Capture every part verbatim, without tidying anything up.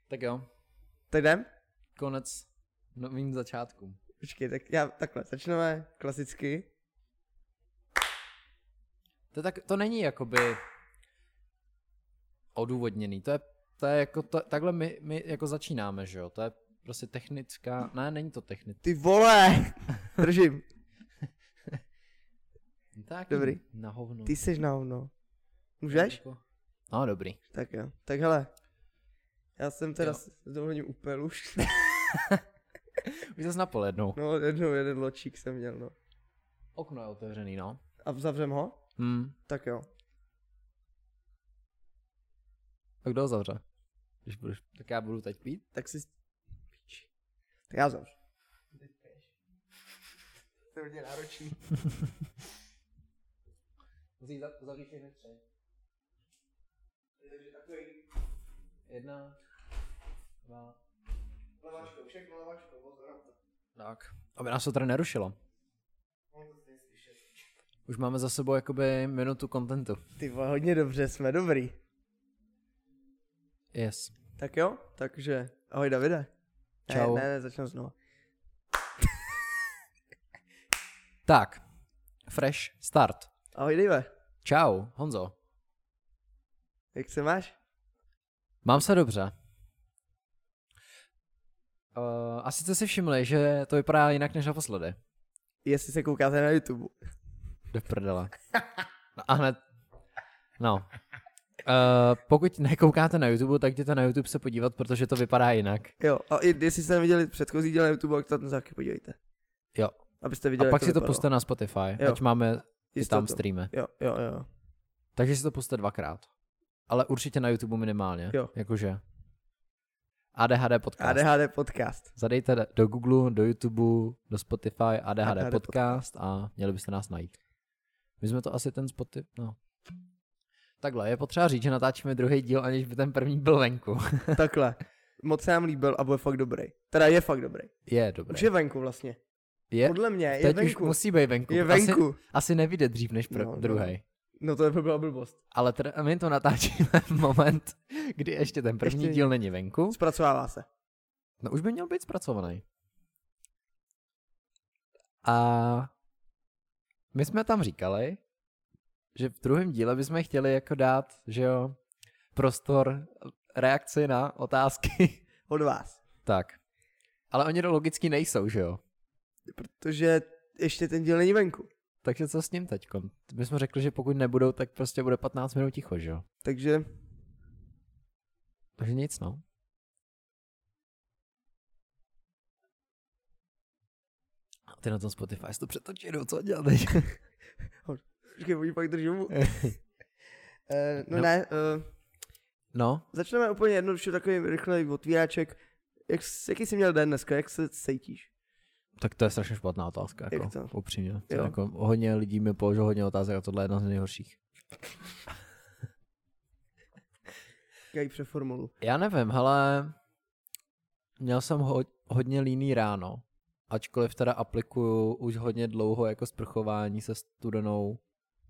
Tak jo. Tak jdem? Konec novým začátkům. Počkej, tak já takhle, začneme klasicky. To, tak, to není jakoby odůvodněný, to je, to je jako, to, takhle my, my jako začínáme, že jo, to je prostě technická, ne, není to technická. Ty vole, držím. Tak Dobrý. Na hovno. Ty jsi na hovno. Můžeš? No, dobrý. Tak jo, tak hele. Já jsem teda s dovolením upel už. Už jsi napil jednou. No, jednou jeden ločík jsem měl, no. Okno je otevřený, no. A zavřem ho? Hmm. Tak jo. A kdo ho zavře? Když budeš, tak já budu teď pít. Tak si... Tak já zavřu. To je hodně náročný. Musíš zavřít všechny tři. Jedna, dva. Levačkou, všechno levačkou, pozor na to. Tak, aby nás to tady nerušilo. Už máme za sebou jakoby minutu kontentu. Ty vole, hodně dobře, jsme dobrý. Yes. Tak jo, takže ahoj Davide. Čau. Ne, ne, ne, začnu znovu. Tak, fresh start. Ahoj Dave. Čau, Honzo. Jak se máš? Mám se dobře. Uh, asi jste si všimli, že to vypadá jinak než naposledy. Jestli se koukáte na YouTube. Do prdele. No a hned. No. Uh, pokud nekoukáte na YouTube, tak jděte na YouTube se podívat, protože to vypadá jinak. Jo, a i jestli jste neviděli předchozí díl na YouTube, tak tam taky podívejte. Jo. Abyste viděli, A pak jak si to vypadalo. puste na Spotify, Jo. ať máme i Jistotu. tam streamy. Jo, jo, jo. Takže si to puste dvakrát. Ale určitě na YouTube minimálně. Jo. Jakože. A D H D podcast. A D H D podcast. Zadejte do Google, do YouTube, do Spotify A D H D, A D H D podcast a měli byste nás najít. My jsme to asi ten Spotify, no. Takhle, je potřeba říct, že natáčíme druhý díl, aniž by ten první byl venku. Takhle. Moc se nám líbil a bude fakt dobrý. Teda je fakt dobrý. Je dobrý. Už je venku vlastně. Je? Podle mě je Teď venku. už musí být venku. Je venku. Asi, asi nevyjde dřív než pr- No, no. druhý. No to by byla blbost. Ale teda my to natáčíme v moment, kdy ještě ten první Ještě- díl není venku. Zpracovává se. No už by měl být zpracovaný. A my jsme tam říkali, že v druhém díle bychom chtěli jako dát, že jo, prostor reakci na otázky. Od vás. Tak. Ale oni to logicky nejsou, že jo? Protože ještě ten díl není venku. Takže co s ním teďko? My jsme řekli, že pokud nebudou, tak prostě bude patnáct minut ticho, že jo? Takže Takže nic, no. A ty na tom Spotify jsi to přetočí, no co dělat teď? počkej, oni pak držím. uh, no, No. ne, uh, No, začneme úplně jednoduše takový rychlej otvíráček. Jak, jaký jsi měl den dneska, jak se cítíš? tak to je strašně špatná otázka, Jak jako, to? upřímně. To Jo. jako, hodně lidí mi položilo hodně otázek a tohle je jedna z nejhorších. Já ji přeformulu. Já nevím, hele, měl jsem ho, hodně líný ráno, ačkoliv teda aplikuju už hodně dlouho jako sprchování se studenou.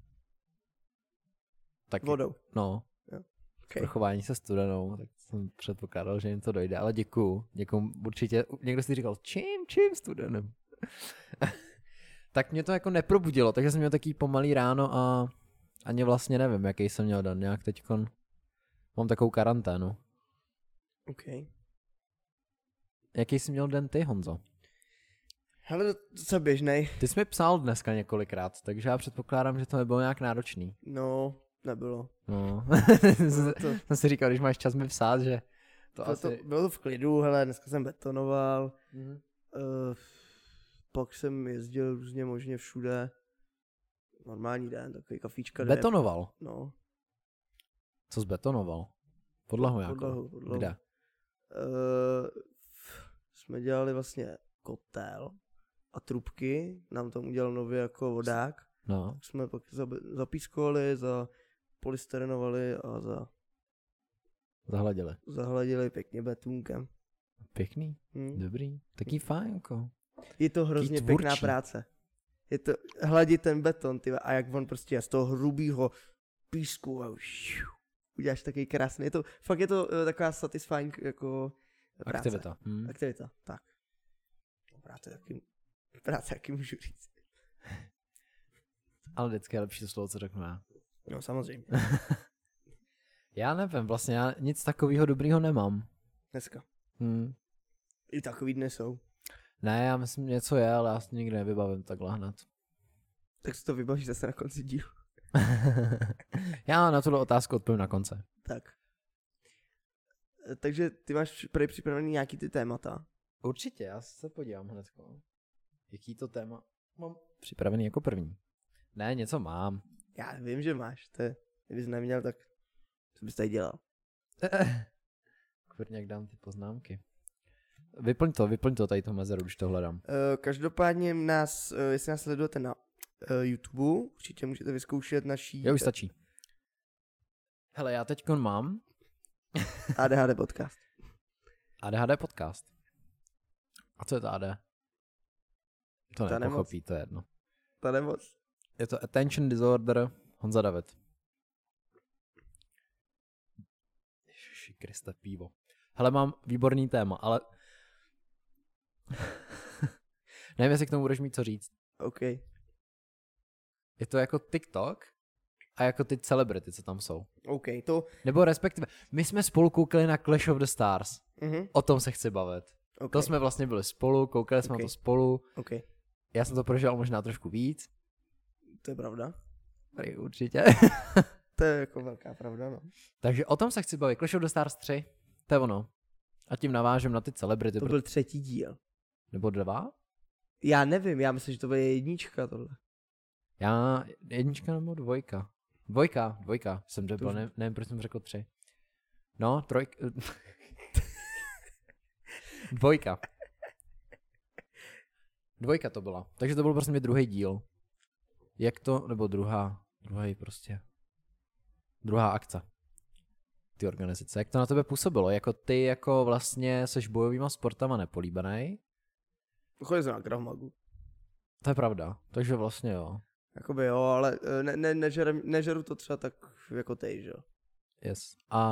Taky, Vodou. No, Okay. sprchování se studenou, tak jsem předpokládal, že jim to dojde, ale děkuju, děkuju, určitě, někdo si říkal, čím, čím studenem? Tak mě to jako neprobudilo, takže jsem měl taký pomalý ráno a ani vlastně nevím, jaký jsem měl den, nějak teďkon mám takovou karanténu. Okay. Jaký jsi měl den ty, Honzo? Hele, docela běžnej. Ty jsi mi psal dneska několikrát, takže já předpokládám, že to nebylo nějak náročný. No, nebylo. No, Bylo to, jsem si říkal, když máš čas mi psát, že to bylo, asi... to, bylo to v klidu, hele, dneska jsem betonoval. Mhm. Uh, pak jsem jezdil různě možně všude. Normální den, takový kafíčka. jde. Betonoval? No. Co jsi betonoval? Podlahu nějakou? Podlahu, podlahu. Kde? Uh, jsme dělali vlastně kotel a trubky, nám tam udělal nově jako vodák. No, Jsme pak zabe- zapískovali, za polystyrenovali a za, zahladili. zahladili pěkně betůnkem. Pěkný, Hm. dobrý, taký fajn, jako. Je to hrozně tvůrčí. pěkná práce. Je to hladit ten beton, ty, a jak on prostě je z toho hrubýho písku a, už, uděláš takový krásný, je to, fakt je to uh, taková satisfying jako práce. Aktivita. Hmm. Aktivita, tak. Práce taky, práce taky můžu říct. Ale vždycky je lepší to slovo, co řeknu já. No samozřejmě. Já nevím, vlastně já nic takového dobrýho nemám. Dneska. Hmm. I takový dny jsou. Ne, já myslím něco je, ale já si nikdy nevybavím takhle hned. Tak si to vybavíš zase na konci dílu. Já na tuto otázku odpovím na konce. Tak. Takže ty máš prý připravený nějaký ty témata. Určitě, já se podívám hned. Jaký to téma mám připravený jako první. Ne, něco mám. Já vím, že máš. To je, kdybys neměl, tak co bys tady dělal? Kurňák dám ty poznámky. Vyplň to, vyplň to tady to mezeru, když to hledám. Uh, každopádně nás, uh, jestli nás sledujete na uh, YouTube, určitě můžete vyzkoušet naší... Jo, už stačí. Hele, já teďkon mám A D H D podcast. A D H D podcast. A co je to A D? To Ta nepochopí, to je jedno. Ta nemoc. Je to Attention Disorder Honza David. Ježiši Kriste, pivo. Hele, mám výborný téma, ale... Nevím, jestli k tomu budeš mít co říct. OK. Je to jako TikTok a jako ty celebrity, co tam jsou. OK, to... Nebo respektive, my jsme spolu koukali na Clash of the Stars. Uh-huh. O tom se chci bavit. Okay. To jsme vlastně byli spolu, koukali jsme okay. na to spolu. Okay. Já jsem to prožil možná trošku víc. To je pravda. Prý, určitě. To je jako velká pravda, no. Takže o tom se chci bavit. Clash of the Stars tři. To je ono. A tím navážem na ty celebrity. To byl třetí díl. Nebo dva? Já nevím, já myslím, že to byla jednička tohle. Já, jednička nebo dvojka? Dvojka, dvojka. Jsem řekl, ne, nevím, proč jsem řekl tři. No, trojka. Dvojka. Dvojka to byla. Takže to byl prostě mě druhý díl. Jak to, nebo druhá, druhý prostě. Druhá akce. Ty organizace. Jak to na tebe působilo? Jako ty jako vlastně seš bojovýma sportama nepolíbenej? Chodil jsem na Krav Magu. To je pravda. Takže vlastně jo. Jakoby jo, ale ne, ne, nežeru, nežeru to třeba tak jako tej, že jo. Yes. A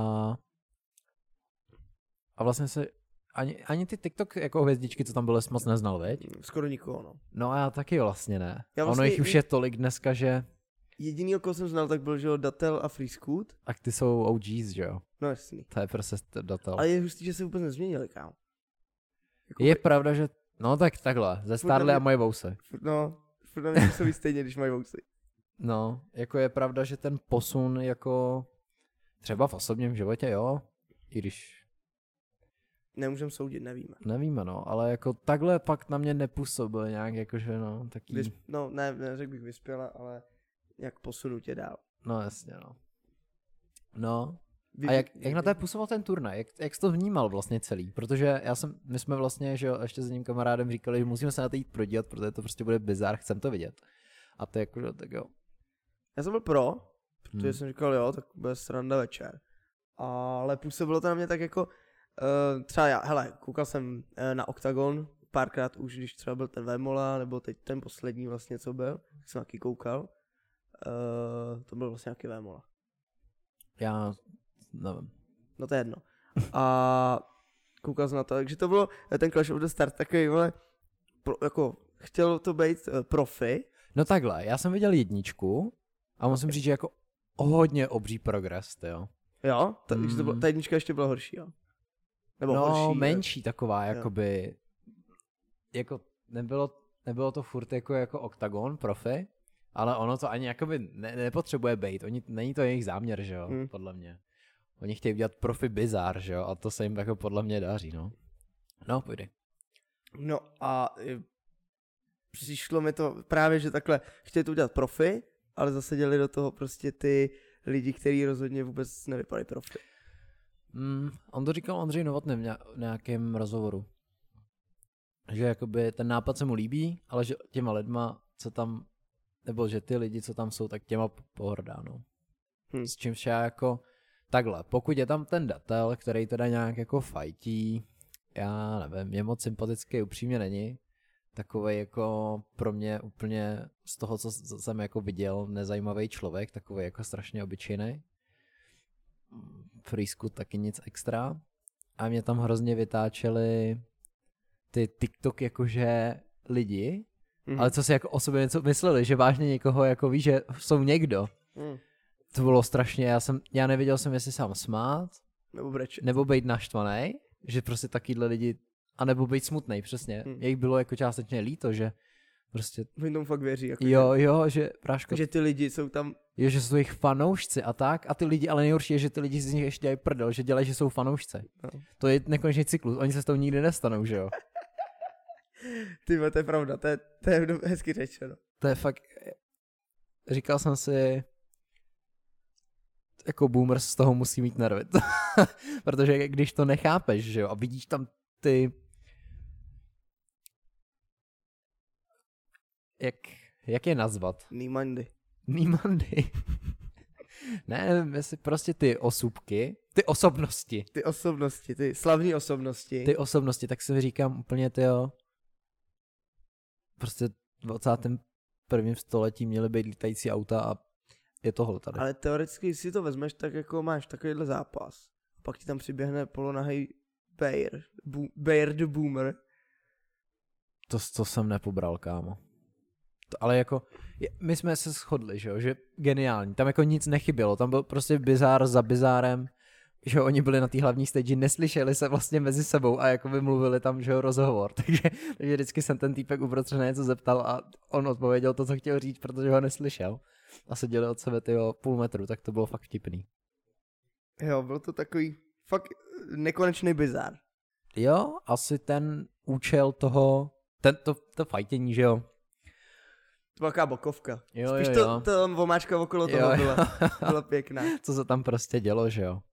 a vlastně se ani, ani ty TikTok jako hvězdičky, co tam byly, moc neznal, veď? Skoro nikoho, no. No a já taky vlastně ne. Já vlastně ono jich už je tolik dneska, že... Jedinýho, koho jsem znal, tak byl, že jo, Datel a Free Scoot. A ty jsou O Gs, že jo? No jasný. To je prostě Datel. Ale je hustý, že se vůbec nezměnili, kámo. Jako je by... pravda, že... No tak takhle, ze Starly a mají vousy. No, furt na mě působí stejně, když mají vousy. No, jako je pravda, že ten posun jako... Třeba v osobním životě, jo? I když... Nemůžem soudit, nevíme. Nevíme, no, ale jako takhle pak na mě nepůsobil nějak, jakože no, taký... Vys... No, ne, neřekl bych vyspěla, ale jak posunu tě dál. No jasně, no. No, Vy... a jak, jak na té působil ten turnaj? Jak, jak jsi to vnímal vlastně celý? Protože já jsem, my jsme vlastně, že jo, ještě s jedním kamarádem říkali, že musíme se na to jít prodívat, protože to prostě bude bizár, chcem to vidět. A to jako, tak jo. Já jsem byl pro, protože hmm. jsem říkal, jo, tak bude sranda večer. Ale působilo to na mě tak jako, uh, třeba já, hele, koukal jsem uh, na Octagon párkrát už, když třeba byl ten Vémola, nebo teď ten poslední vlastně, co byl, tak jsem taky koukal. Uh, to byl vlastně nějaký Vémola. Já nevím. No to je jedno. A koukal jsem na to, takže to bylo ten Clash of the Stars takový, vole, pro, jako chtělo to být uh, profi. No takhle, já jsem viděl jedničku a musím říct, že jako hodně obří progres, jo. Jo, ta, mm. to bylo, ta jednička ještě byla horší, jo. Nebo no, horší, menší je. taková, jakoby, jo. Jako nebylo, nebylo to furt jako, jako Octagon, profi, ale ono to ani jakoby ne, nepotřebuje být, oni, není to jejich záměr, že jo, mm. podle mě. Oni chtějí udělat profi bizár, že jo, a to se jim jako podle mě daří, no. No, půjde. No a e, přišlo mi to právě, že takhle chtěli to udělat profi, ale zase dělali do toho prostě ty lidi, kteří rozhodně vůbec nevypadají profi. Mm, on to říkal Ondřej Novotný v nějakém rozhovoru. Že jakoby ten nápad se mu líbí, ale že těma lidma, co tam, nebo že ty lidi, co tam jsou, tak těma pohrdá, no. Hmm. S čímž já jako takhle, pokud je tam ten Datel, který teda nějak jako fajtí, já nevím, mě moc sympatický, upřímně není, takovej jako pro mě úplně z toho, co jsem jako viděl, nezajímavý člověk, takovej jako strašně obyčejný. frýsku taky nic extra. A mě tam hrozně vytáčeli ty TikTok jakože lidi, mm. ale co si jako o sobě něco mysleli, že vážně někoho jako ví, že jsou někdo. Mm. To bylo strašně, já jsem, já nevěděl jsem, jestli sám smát, nebo brečet, nebo být naštvaný, že prostě takovýhle lidi, anebo být smutnej, přesně. Mm. Jejich bylo jako částečně líto, že prostě... Oni tomu fakt věří. Jako jo, jo, že práško... Že ty lidi jsou tam... Jo, že jsou jejich fanoušci a tak. A ty lidi, ale nejhorší je, že ty lidi z nich ještě dělají prdel, že dělají, že jsou fanoušci. No. To je nekonečný cyklus, oni se s tou nikdy nestanou, že jo? Ty, to je pravda, to je, to je hezky řečeno. To je fakt... Říkal jsem si... Jako boomer z toho musí mít nervy. Protože když to nechápeš, že jo, a vidíš tam ty... Jak, jak je nazvat? Nímandy. Nímandy. Ne, nevím, jestli prostě ty osůbky, ty osobnosti. Ty osobnosti, ty slavní osobnosti. Ty osobnosti, tak si říkám úplně tyjo. Prostě v dvacátém prvním století měly být lítající auta a je tohle tady. Ale teoreticky, když si to vezmeš, tak jako máš takovýhle zápas. Pak ti tam přiběhne polonahej Bear, bu, Bear the Boomer. To, to jsem nepobral, kámo. To, ale jako, je, my jsme se shodli, že jo, že geniální, tam jako nic nechybělo, tam byl prostě bizár za bizárem, že jo, oni byli na té hlavní stage, neslyšeli se vlastně mezi sebou a jako by mluvili tam, že jo, rozhovor, takže, takže vždycky jsem ten týpek uprostřed něco zeptal a on odpověděl to, co chtěl říct, protože ho neslyšel a seděli od sebe tyjo půl metru, tak to bylo fakt vtipný. Jo, byl to takový fakt nekonečný bizár. Jo, asi ten účel toho, ten, to, to fajtění, že jo. To byla taková bokovka. Jo, Spíš jo, to, jo. to vomáčka okolo toho jo, byla, byla pěkná. Co se tam prostě dělo, že jo.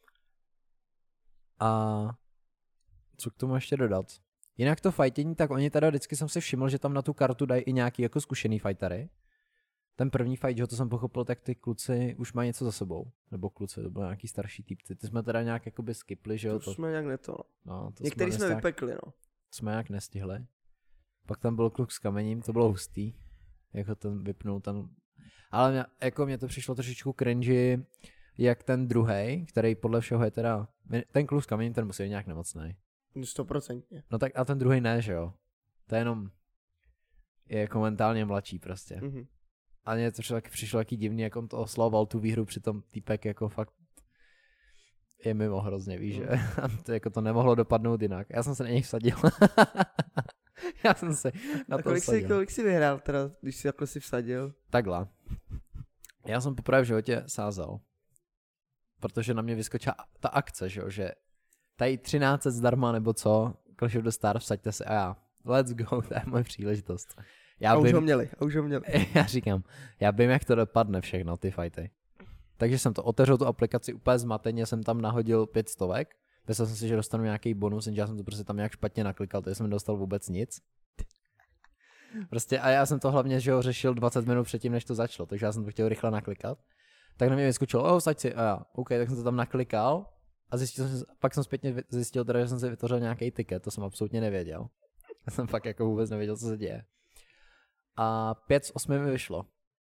A co k tomu ještě dodat? Jinak to fightění, tak oni teda vždycky jsem si všiml, že tam na tu kartu dají i nějaký jako zkušený fightery. Ten první fight, že to jsem pochopil, tak ty kluci už mají něco za sebou. Nebo kluci, to byl nějaký starší týpci. Ty jsme teda nějak jakoby skipli, že jo. To, to jsme nějak neto. No, to některý jsme, jsme nějak, vypekli, no. Jsme nějak nestihli. Pak tam byl kluk s kamením, to bylo hustý. Jako ten vypnul ten... Ale mě, jako mě to přišlo trošičku cringy, jak ten druhej, který podle všeho je teda... Ten kluk s kamením, ten musí být nějak nemocnej. Stoprocentně. No tak a ten druhý ne, že jo. To je jenom... Je jako mentálně mladší prostě. Mm-hmm. A mě to přišlo, přišlo taky divný, jak on to oslavoval tu výhru, přitom týpek jako fakt je mimo hrozně, víš, mm. že? A to, jako to nemohlo dopadnout jinak. Já jsem se na něj vsadil. Já jsem se na a to kolik vsadil. Jsi, kolik jsi vyhrál teda, když jsi takhle si vsadil? Takhle. Já jsem poprvé v životě sázel. Protože na mě vyskočila ta akce, že jo, že tady třináct set zdarma nebo co, Clash of the Stars, vsaďte se a já. Let's go, to je moje příležitost. Já a už bym, ho měli, a už ho měli. Já říkám, já vím, jak to dopadne všechno, ty fighty. Takže jsem to otevřel tu aplikaci úplně zmateně, jsem tam nahodil pět stovek, myslel jsem si, že dostanu nějaký bonus, jenže já jsem to prostě tam nějak špatně naklikal, takže jsem nedostal vůbec nic. Prostě a já jsem to hlavně, že ho řešil dvacet minut předtím, než to začalo, takže já jsem to chtěl rychle naklikat. Tak na mě vyskočilo, oh, saď si, a já, OK, tak jsem to tam naklikal a zjistil jsem, pak jsem zpětně zjistil teda, že jsem si vytvořil nějaký ticket, to jsem absolutně nevěděl. Já jsem fakt jako vůbec nevěděl, co se děje. A pět z osmi mi vyšlo.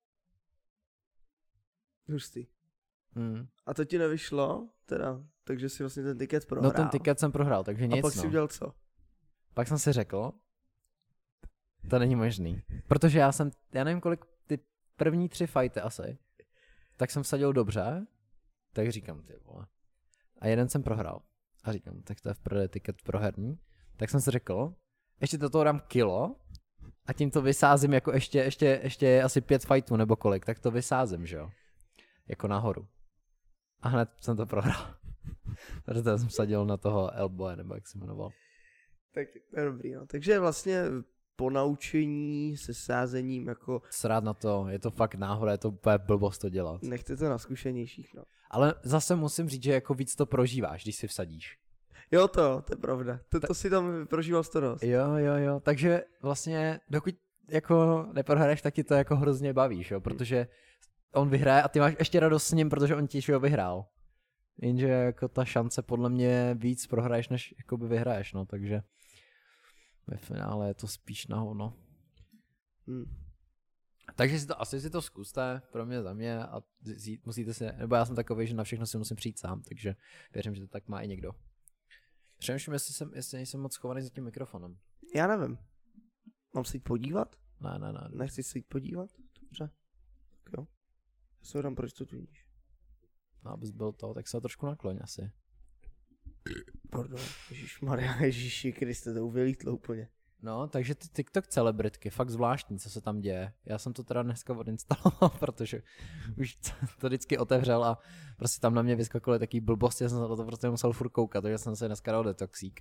Hustý. Hmm. A to ti nevyšlo, teda, takže si vlastně ten tiket prohrál. No ten tiket jsem prohrál, takže nic. A pak no. si udělal co? Pak jsem si řekl, to není možný. Protože já jsem, já nevím kolik, ty první tři fighty asi, tak jsem vsadil dobře, tak říkám, ty vole. A jeden jsem prohrál. A říkám, tak to je v prvé tiket proherní. Tak jsem si řekl, ještě do toho dám kilo, a tím to vysázím jako ještě, ještě, ještě asi pět fightů nebo kolik, tak to vysázím, že jo. Jako nahoru. A hned jsem to prohrál. Protože jsem sadil na toho Elboje, nebo jak se jmenoval. Tak to je dobrý, no. Takže vlastně po naučení se sázením jako... Srát na to, je to fakt náhoda, je to úplně blbost to dělat. Nechte to na zkušenějších, no. Ale zase musím říct, že jako víc to prožíváš, když si vsadíš. Jo to, to je pravda. To, to si tam prožíval sto dost. Jo, jo, jo, takže vlastně dokud jako neprohraješ, tak ti to jako hrozně bavíš, jo, protože on vyhraje a ty máš ještě radost s ním, protože on ti ho vyhrál. Jenže jako ta šance podle mě víc prohraješ, než jakoby vyhraješ, no, takže ve finále je to spíš na hovno. Hmm. Takže si to, asi si to zkuste, pro mě, za mě, a zjít, musíte si, nebo já jsem takový, že na všechno si musím přijít sám, takže věřím, že to tak má i někdo. Přemýšlím, jestli, jsem, jestli nejsem moc schovaný za tím mikrofonem. Já nevím. Mám se jít podívat? Ne, ne, ne. Nechci se jít podívat? Dobře. Tak jo. Já se dám, proč to tu níž. No, abys byl to, tak se trošku nakloň asi. Pardon, ježišmarja, ježiši Kriste, to vylítlo úplně. No, takže ty TikTok celebritky, fakt zvláštní, co se tam děje. Já jsem to teda dneska odinstaloval, protože už to vždycky otevřel a prostě tam na mě vyskakovaly taký blbosti, já jsem na to prostě musel furt koukat, takže jsem se dneska dal detoxík.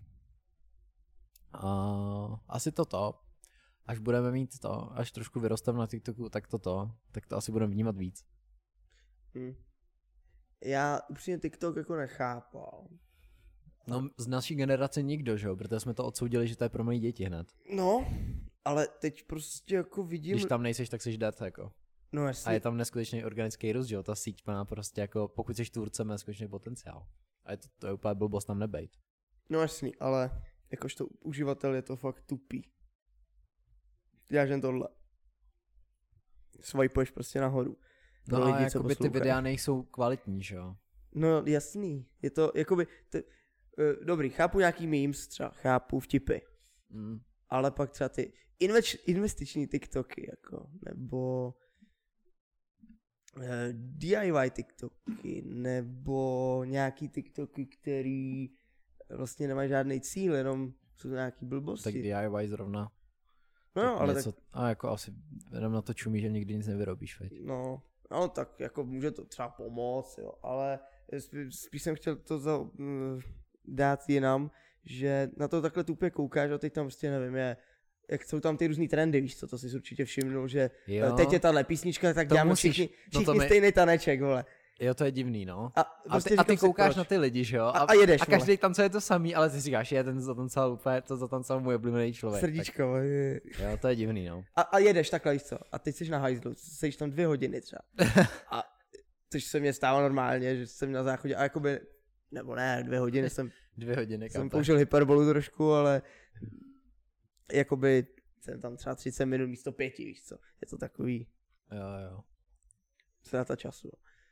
A asi toto. Až budeme mít to, až trošku vyrostem na TikToku, tak toto, tak to asi budeme vnímat víc. Hmm. Já upřímně TikTok jako nechápal. No z naší generace nikdo, že jo, protože jsme to odsoudili, že to je pro malé děti hned. No, ale teď prostě jako vidím... Když tam nejseš, tak jsi dead, jako. No jasně. A je tam neskutečný organický růst, že jo, ta síť má prostě jako, pokud jsi tvůrce, má neskutečný potenciál. A je to, to je úplně blbost tam nebejt. No jasný, ale jakožto uživatel je to fakt tupý. Děláš jen tohle. Swipeuješ prostě nahoru. No lidi, a jakoby ty videa nejsou kvalitní, že jo. No jasný, je to jakoby, t- uh, dobrý, chápu nějaký memes třeba, chápu vtipy. Mm. Ale pak třeba ty inveč- investiční TikToky, jako, nebo uh, D I Y TikToky, nebo nějaký TikToky, který vlastně nemají žádný cíl, jenom jsou nějaký blbosti. Tak D I Y zrovna. No, no ale něco, tak... A jako asi jenom na to čumí, že nikdy nic nevyrobíš, veď. No, no, tak jako může to třeba pomoct, jo, ale spíš jsem chtěl to za, uh, dát jinam, že na to takhle tupě koukáš a teď tam prostě nevím, je, jak jsou tam ty různý trendy, víš co, to jsi určitě všimnul, že jo, teď je tahle písnička, tak děláme musíš, všichni, všichni no mi... stejný taneček, vole. Jo, to je divný, no. A, prostě a ty, a ty koukáš proč? Na ty lidi, že jo? A, a, a jedeš, A každý tam co je to samý, ale ty říkáš, je ten zatancoval úplně, to zatancoval můj oblíbený člověk. Srdíčko, je. Jo, to je divný, no. A, a jedeš takhle, víš co? A teď jsi na hajzlu, jsi tam dvě hodiny třeba. A což se mě stává normálně, že jsem na záchodě a jakoby, nebo ne, dvě hodiny jsem, dvě hodiny, jsem použil hyperbolu trošku, ale jakoby jsem tam třeba třicet minut místo pěti, víš co? Je to takový. Jo, jo. Ztráta času.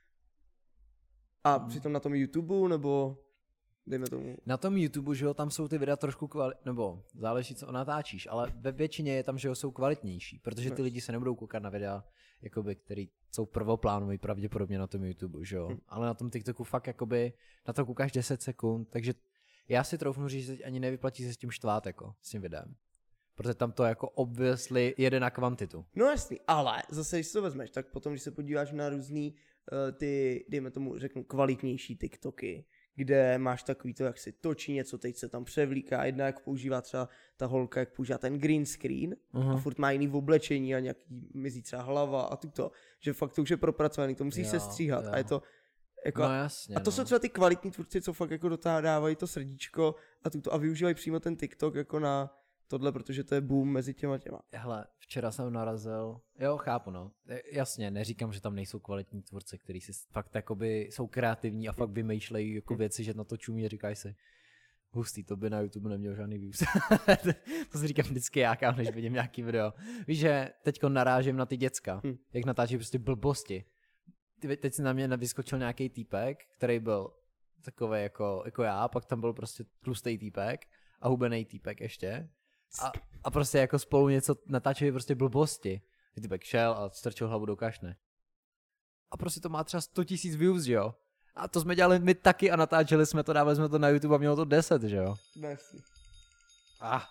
A hmm. přitom na tom YouTube, nebo dejme tomu... Na tom YouTube, že jo, tam jsou ty videa trošku kvalitní, nebo záleží, co natáčíš, ale ve většině je tam, že jo, jsou kvalitnější, protože ty lidi se nebudou koukat na videa, jakoby, který jsou prvoplánový pravděpodobně na tom YouTube, že jo. Hmm. Ale na tom TikToku fakt, jakoby, na to koukáš deset sekund, takže já si troufnu říct, že ani nevyplatí se s tím štvát, jako, s tím videem. Protože tam to jako obviously jede na kvantitu. No jasný, ale zase, když to vezmeš, tak potom, když se podíváš na různý uh, ty, dejme tomu, řeknu, kvalitnější TikToky, kde máš takový to, jak si točí něco, teď se tam převlíká, jedna jak používá třeba ta holka, jak používá ten green screen uh-huh. a furt má jiný v oblečení a nějaký mizí třeba hlava a tuto, že fakt to už je propracovaný, to musí jo, se stříhat jo. A je to jako, no jasně, a to no. jsou třeba ty kvalitní tvůrci, co fakt jako dotádávají to srdíčko a tuto a využívají přímo ten TikTok jako na tohle, protože to je boom mezi těma těma. Hele, včera jsem narazil, jo, chápu, no, jasně, neříkám, že tam nejsou kvalitní tvůrci, kteří si fakt jakoby jsou kreativní a fakt vymýšlejí jako věci, že na to čumí a říkají si, hustý, to by na YouTube neměl žádný views. To si říkám vždycky já, kámo, než vidím nějaký video. Víš, že teďko narážím na ty děcka, hm. jak natáčí prostě blbosti. Teď si na mě vyskočil nějaký týpek, který byl takový jako, jako já, pak tam byl prostě tlustý týpek a hubený týpek ještě. A, a prostě jako spolu něco natáčeli prostě blbosti. Týpek šel a strčil hlavu do kašne. A prostě to má třeba sto tisíc views, že jo? A to jsme dělali my taky a natáčeli jsme to, dávali jsme to na YouTube a mělo to deset, že jo? Merci. Ah.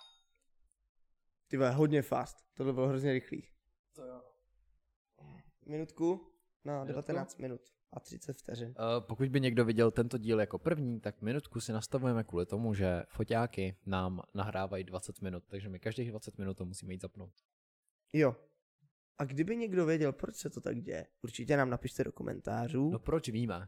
Ty vole, hodně fast. Tohle bylo hrozně rychlý. To jo. Minutku na devatenáct minut a třicet vteřin. Uh, pokud by někdo viděl tento díl jako první, tak minutku si nastavujeme kvůli tomu, že foťáky nám nahrávají dvacet minut, takže my každých dvacet minut to musíme jít zapnout. Jo. A kdyby někdo věděl, proč se to tak děje, určitě nám napište do komentářů. No proč víme?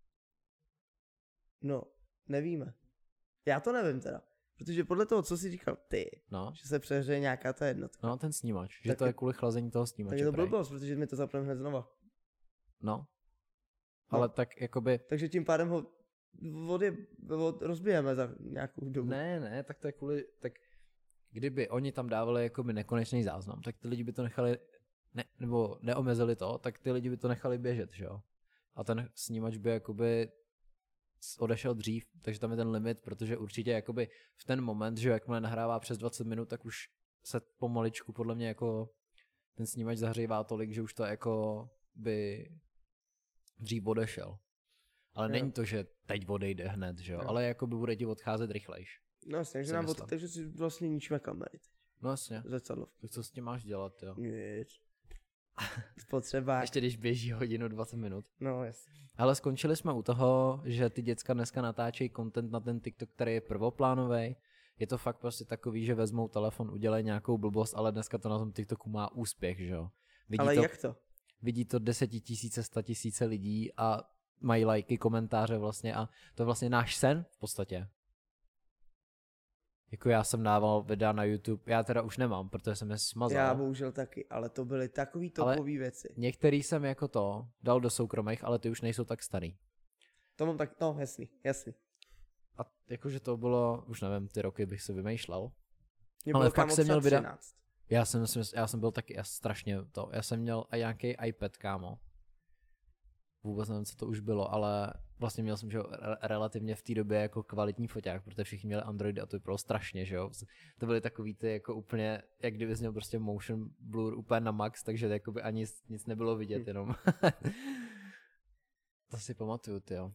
No, nevíme. Já to nevím teda. Protože podle toho, co jsi říkal ty, no. že se přehřeje nějaká ta jednotka. No, ten snímač, že tak to je kvůli chlazení toho snímače. Tak je to blbost, protože mi to zapneme hned znova. No. Ale no. tak jakoby... Takže tím pádem ho vody, vod, rozbijeme za nějakou dobu. Ne, ne, tak to je kvůli... Tak kdyby oni tam dávali jakoby nekonečný záznam, tak ty lidi by to nechali ne, nebo neomezili to, tak ty lidi by to nechali běžet, že jo. A ten snímač by jakoby odešel dřív, takže tam je ten limit, protože určitě jakoby v ten moment, že jakmile nahrává přes dvacet minut, tak už se pomaličku podle mě jako ten snímač zahřívá tolik, že už to jako by dřív odešel. Ale jo. Není to, že teď odejde hned, že jo, jo. Ale jako by bude ti odcházet rychlejš. No jasně, takže nám od, takže si vlastně ničíme kamery. No jasně. Zrcadlovky. Tak co s tím máš dělat, jo? Nic. Spotřeba. Ještě když běží hodinu dvacet minut. No jasně. Ale skončili jsme u toho, že ty děcka dneska natáčejí content na ten TikTok, který je prvoplánový. Je to fakt prostě takový, že vezmou telefon, udělají nějakou blbost, ale dneska to na tom TikToku má úspěch, že jo? Vidí ale to, jak to? Vidí to desetitisíce, statisíce lidí a mají lajky, komentáře vlastně a to je vlastně náš sen v podstatě. Jako já jsem dával videa na YouTube, já teda už nemám, protože jsem je smazal. Já bohužel taky, ale to byly takový topový věci. Některý jsem jako to dal do soukromých, ale ty už nejsou tak starý. To mám tak, no jasný, jasný. A jakože to bylo, už nevím, ty roky bych se vymýšlel. Mě ale fakt jsem měl videa. Já jsem, já jsem byl taky já strašně to, já jsem měl i nějaký iPad, kámo. Vůbec nevím, co to už bylo, ale vlastně měl jsem že re- relativně v té době jako kvalitní foťák, protože všichni měli Androidy a to bylo strašně, že jo. To byly takový ty jako úplně, jak kdybys měl prostě motion blur úplně na max, takže jakoby ani nic, nic nebylo vidět, hmm. jenom. To si pamatuju, tyjo.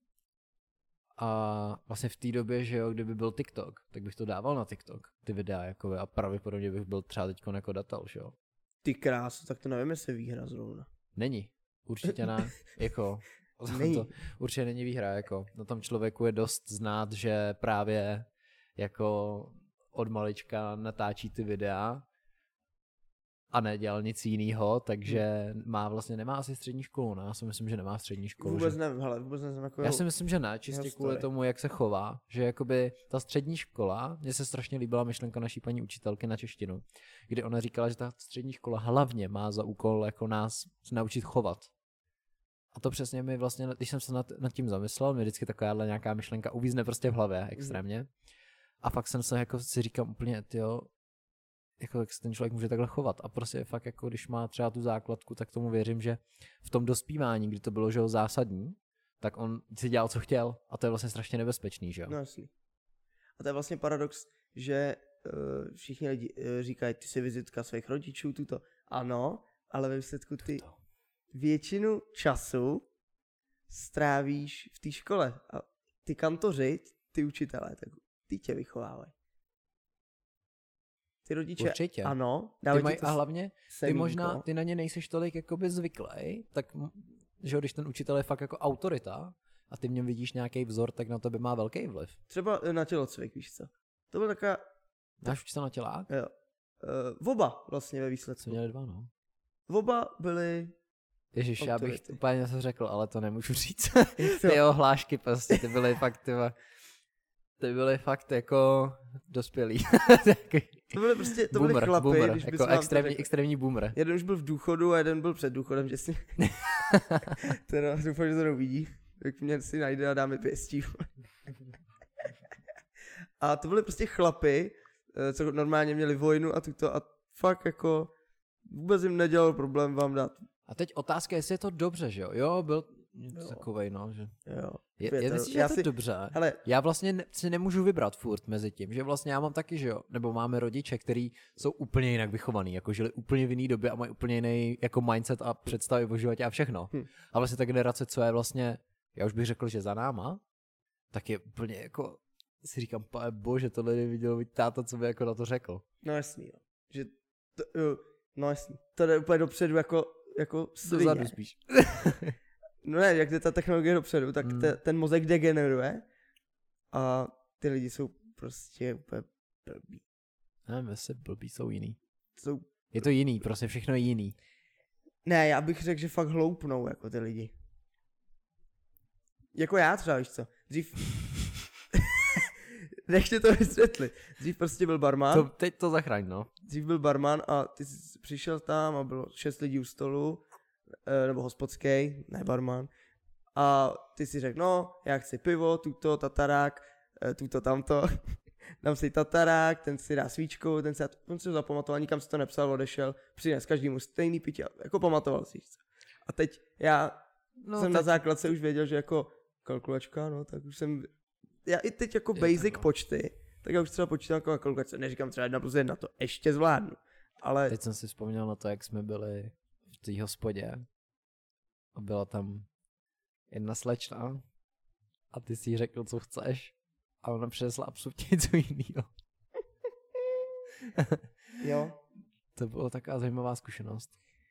A vlastně v té době, že jo, kdyby byl TikTok, tak bych to dával na TikTok, ty videa, jako a pravděpodobně bych byl třeba teďko jako datal, že jo. Ty krásu, tak to nevím, jestli výhra zrovna. Není. Určitě ne, jako, to určitě není výhra, jako, na tom člověku je dost znát, že právě jako od malička natáčí ty videa a nedělal nic jinýho, takže má vlastně, nemá asi střední školu, ne? Já si myslím, že nemá střední školu. Vůbec že... nevím, hele, vůbec nevím, jako Já si myslím, že ne, čistě kvůli tomu, jak se chová, že jakoby ta střední škola, mně se strašně líbila myšlenka naší paní učitelky na češtinu, kdy ona říkala, že ta střední škola hlavně má za úkol jako nás naučit chovat. A to přesně mi vlastně, když jsem se nad, nad tím zamyslel, mi vždycky takováhle nějaká myšlenka uvízne prostě v hlavě extrémně. A fakt jsem se jako si říkám úplně, tyjo, jako jak se ten člověk může takhle chovat. A prostě fakt jako když má třeba tu základku, tak tomu věřím, že v tom dospívání, kdy to bylo, že ho zásadní, tak on si dělal, co chtěl. A to je vlastně strašně nebezpečný, že jo? No jasný. A to je vlastně paradox, že uh, všichni lidi uh, říkají, ty jsi vizitka svých rodičů, tuto. Ano, ale ve výsledku ty tuto. Většinu času strávíš v té škole. A ty kantoři, ty učitelé, tak ty tě vychovávají. Ty rodiče, určitě. Ano. Ty mají, a hlavně, semínko. Ty možná, ty na ně nejseš tolik jakoby zvyklej, tak že když ten učitel je fakt jako autorita a ty v něm vidíš nějaký vzor, tak na tebe má velký vliv. Třeba na tělocvik, víš co? To byl taková... Máš učitel na tělák? Jo. Uh, oba vlastně ve výsledku. Jsme měli dva, no. Oba byli... Ježiš, autority. Já bych úplně něco řekl, ale to nemůžu říct. Ty jeho hlášky prostě, ty byly fakt, ty, ty byly fakt jako dospělý. To byly prostě, to boomer, byly chlapy, boomer, když jako extrémní, extrémní boomer. Jeden už byl v důchodu a jeden byl před důchodem, že si... teda doufám, že to neuvidí. Tak mě si najde a dá mi pěstí. A to byly prostě chlapy, co normálně měli vojnu a tuto a fakt jako vůbec jim nedělal problém vám dát. A teď otázka, jestli je to dobře, že jo? Jo, byl takovej, no, že... Jo. Je, je myslím, že je to si... dobře. Hele. Já vlastně ne, si nemůžu vybrat furt mezi tím, že vlastně já mám taky, že jo, nebo máme rodiče, kteří jsou úplně jinak vychovaný, jako žili úplně v jiný době a mají úplně jiný jako mindset a představy o životě a všechno. Hm. A vlastně ta generace, co je vlastně, já už bych řekl, že za náma, tak je úplně jako, si říkám, pane bože, tohle neviděl být táta, co by jako na to řekl. No jasný, jo. Že to, jo, no jasný. To jde úplně dopředu jako, jako svině. Dozadu spíš. No ne, jak jde ta technologie dopředu, tak mm. te, ten mozek degeneruje a ty lidi jsou prostě úplně blbí. Nevím, jestli blbí jsou jiný. Jsou... Je to jiný, prostě všechno je jiný. Ne, já bych řekl, že fakt hloupnou jako ty lidi. Jako já třeba, víš co, dřív... Nechte to vysvětlit. Dřív prostě byl barman. To, teď to zachraň, no. Dřív byl barman a ty jsi přišel tam a bylo šest lidí u stolu, nebo hospodský, ne barman. A ty si řekl, no, já chci pivo, tuto, tatarák, tuto, tamto. dám si tatarák, ten si dá svíčku, ten si, on si ho zapamatoval, nikam si to nepsal, odešel, přines každému stejný pitě, jako pamatoval si. A teď já no, jsem teď... na základce už věděl, že jako kalkulačka, no, tak už jsem, já i teď jako basic počty, tak já už třeba počítám jako na kalkulačce, neříkám třeba jedna plus jedna, to ještě zvládnu, ale... Teď jsem si vzpomněl na to, jak jsme byli v té hospodě a byla tam jedna slečna a ty si jí řekl, co chceš a ona přinesla absolutně něco jiného. Jo. To byla taková zajímavá zkušenost.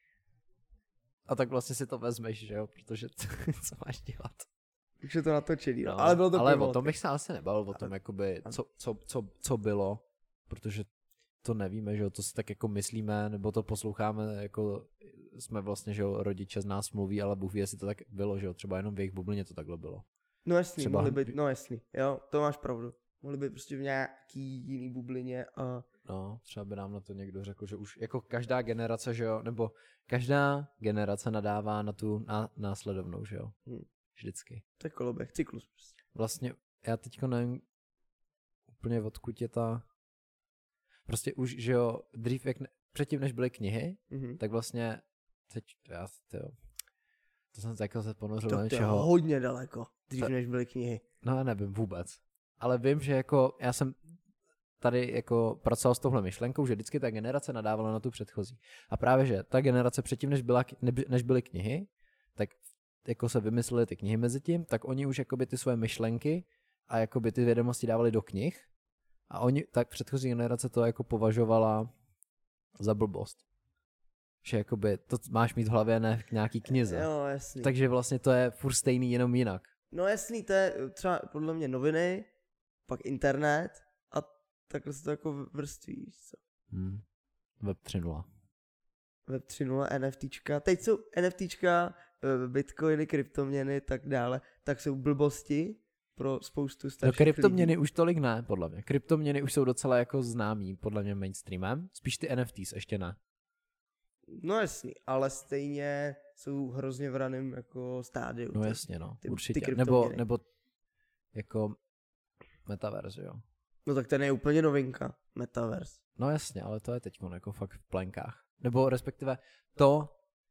A tak vlastně si to vezmeš, že jo, protože to, co máš dělat. Takže to natočili, no, ale bylo to Ale pivo, o tom bych se asi nebavil, o tom, jakoby, co, co, co, co bylo, protože to nevíme, že jo, to si tak jako myslíme, nebo to posloucháme, jako jsme vlastně, že jo, rodiče z nás mluví, ale Bůh ví, jestli to tak bylo, že jo, třeba jenom v jejich bublině to takhle bylo. No jasný, třeba... mohli být, no jasný, jo, to máš pravdu. Mohli být prostě v nějaký jiný bublině a... No, třeba by nám na to někdo řekl, že už jako každá generace, že jo, nebo každá generace nadává na tu ná, následovnou, že jo, hmm. vždycky. To je koloběh, cyklus prostě. Vlastně, já teďko nevím úplně odkud je ta... Prostě už, že jo, dřív, jak ne... předtím, než byly knihy, mm-hmm. tak vlastně, teď, já, tyjo, to jsem jako se ponořil do něčeho. To je hodně daleko, dřív, to... než byly knihy. No, já nevím vůbec. Ale vím, že jako, já jsem tady jako pracoval s touhle myšlenkou, že vždycky ta generace nadávala na tu předchozí. A právě, že ta generace předtím, než, byla, než byly knihy, tak jako se vymyslely ty knihy mezi tím, tak oni už jakoby ty svoje myšlenky a jakoby ty vědomosti dávali do knih. A oni, tak předchozí generace to jako považovala za blbost. Že jakoby to máš mít v hlavě, ne v nějaký knize. Jo, jasný. Takže vlastně to je furt stejný, jenom jinak. No jasný, to je třeba podle mě noviny, pak internet a takhle se to jako vrství, co? Hmm. Web tři tečka nula. Web tři tečka nula, NFTčka, teď jsou NFTčka, bitcoiny, kryptoměny, tak dále, tak jsou blbosti pro spoustu starších no, kryptoměny lidí. už tolik ne, podle mě. Kryptoměny už jsou docela jako známý, podle mě mainstreamem. Spíš ty N F Ts ještě ne. No jasný, ale stejně jsou hrozně v raném jako stádiu. No jasně, no, ty, určitě. Ty nebo, nebo jako metaverse, jo. No tak ten je úplně novinka, metaverse. No jasně, ale to je teď jako fakt v plenkách. Nebo respektive to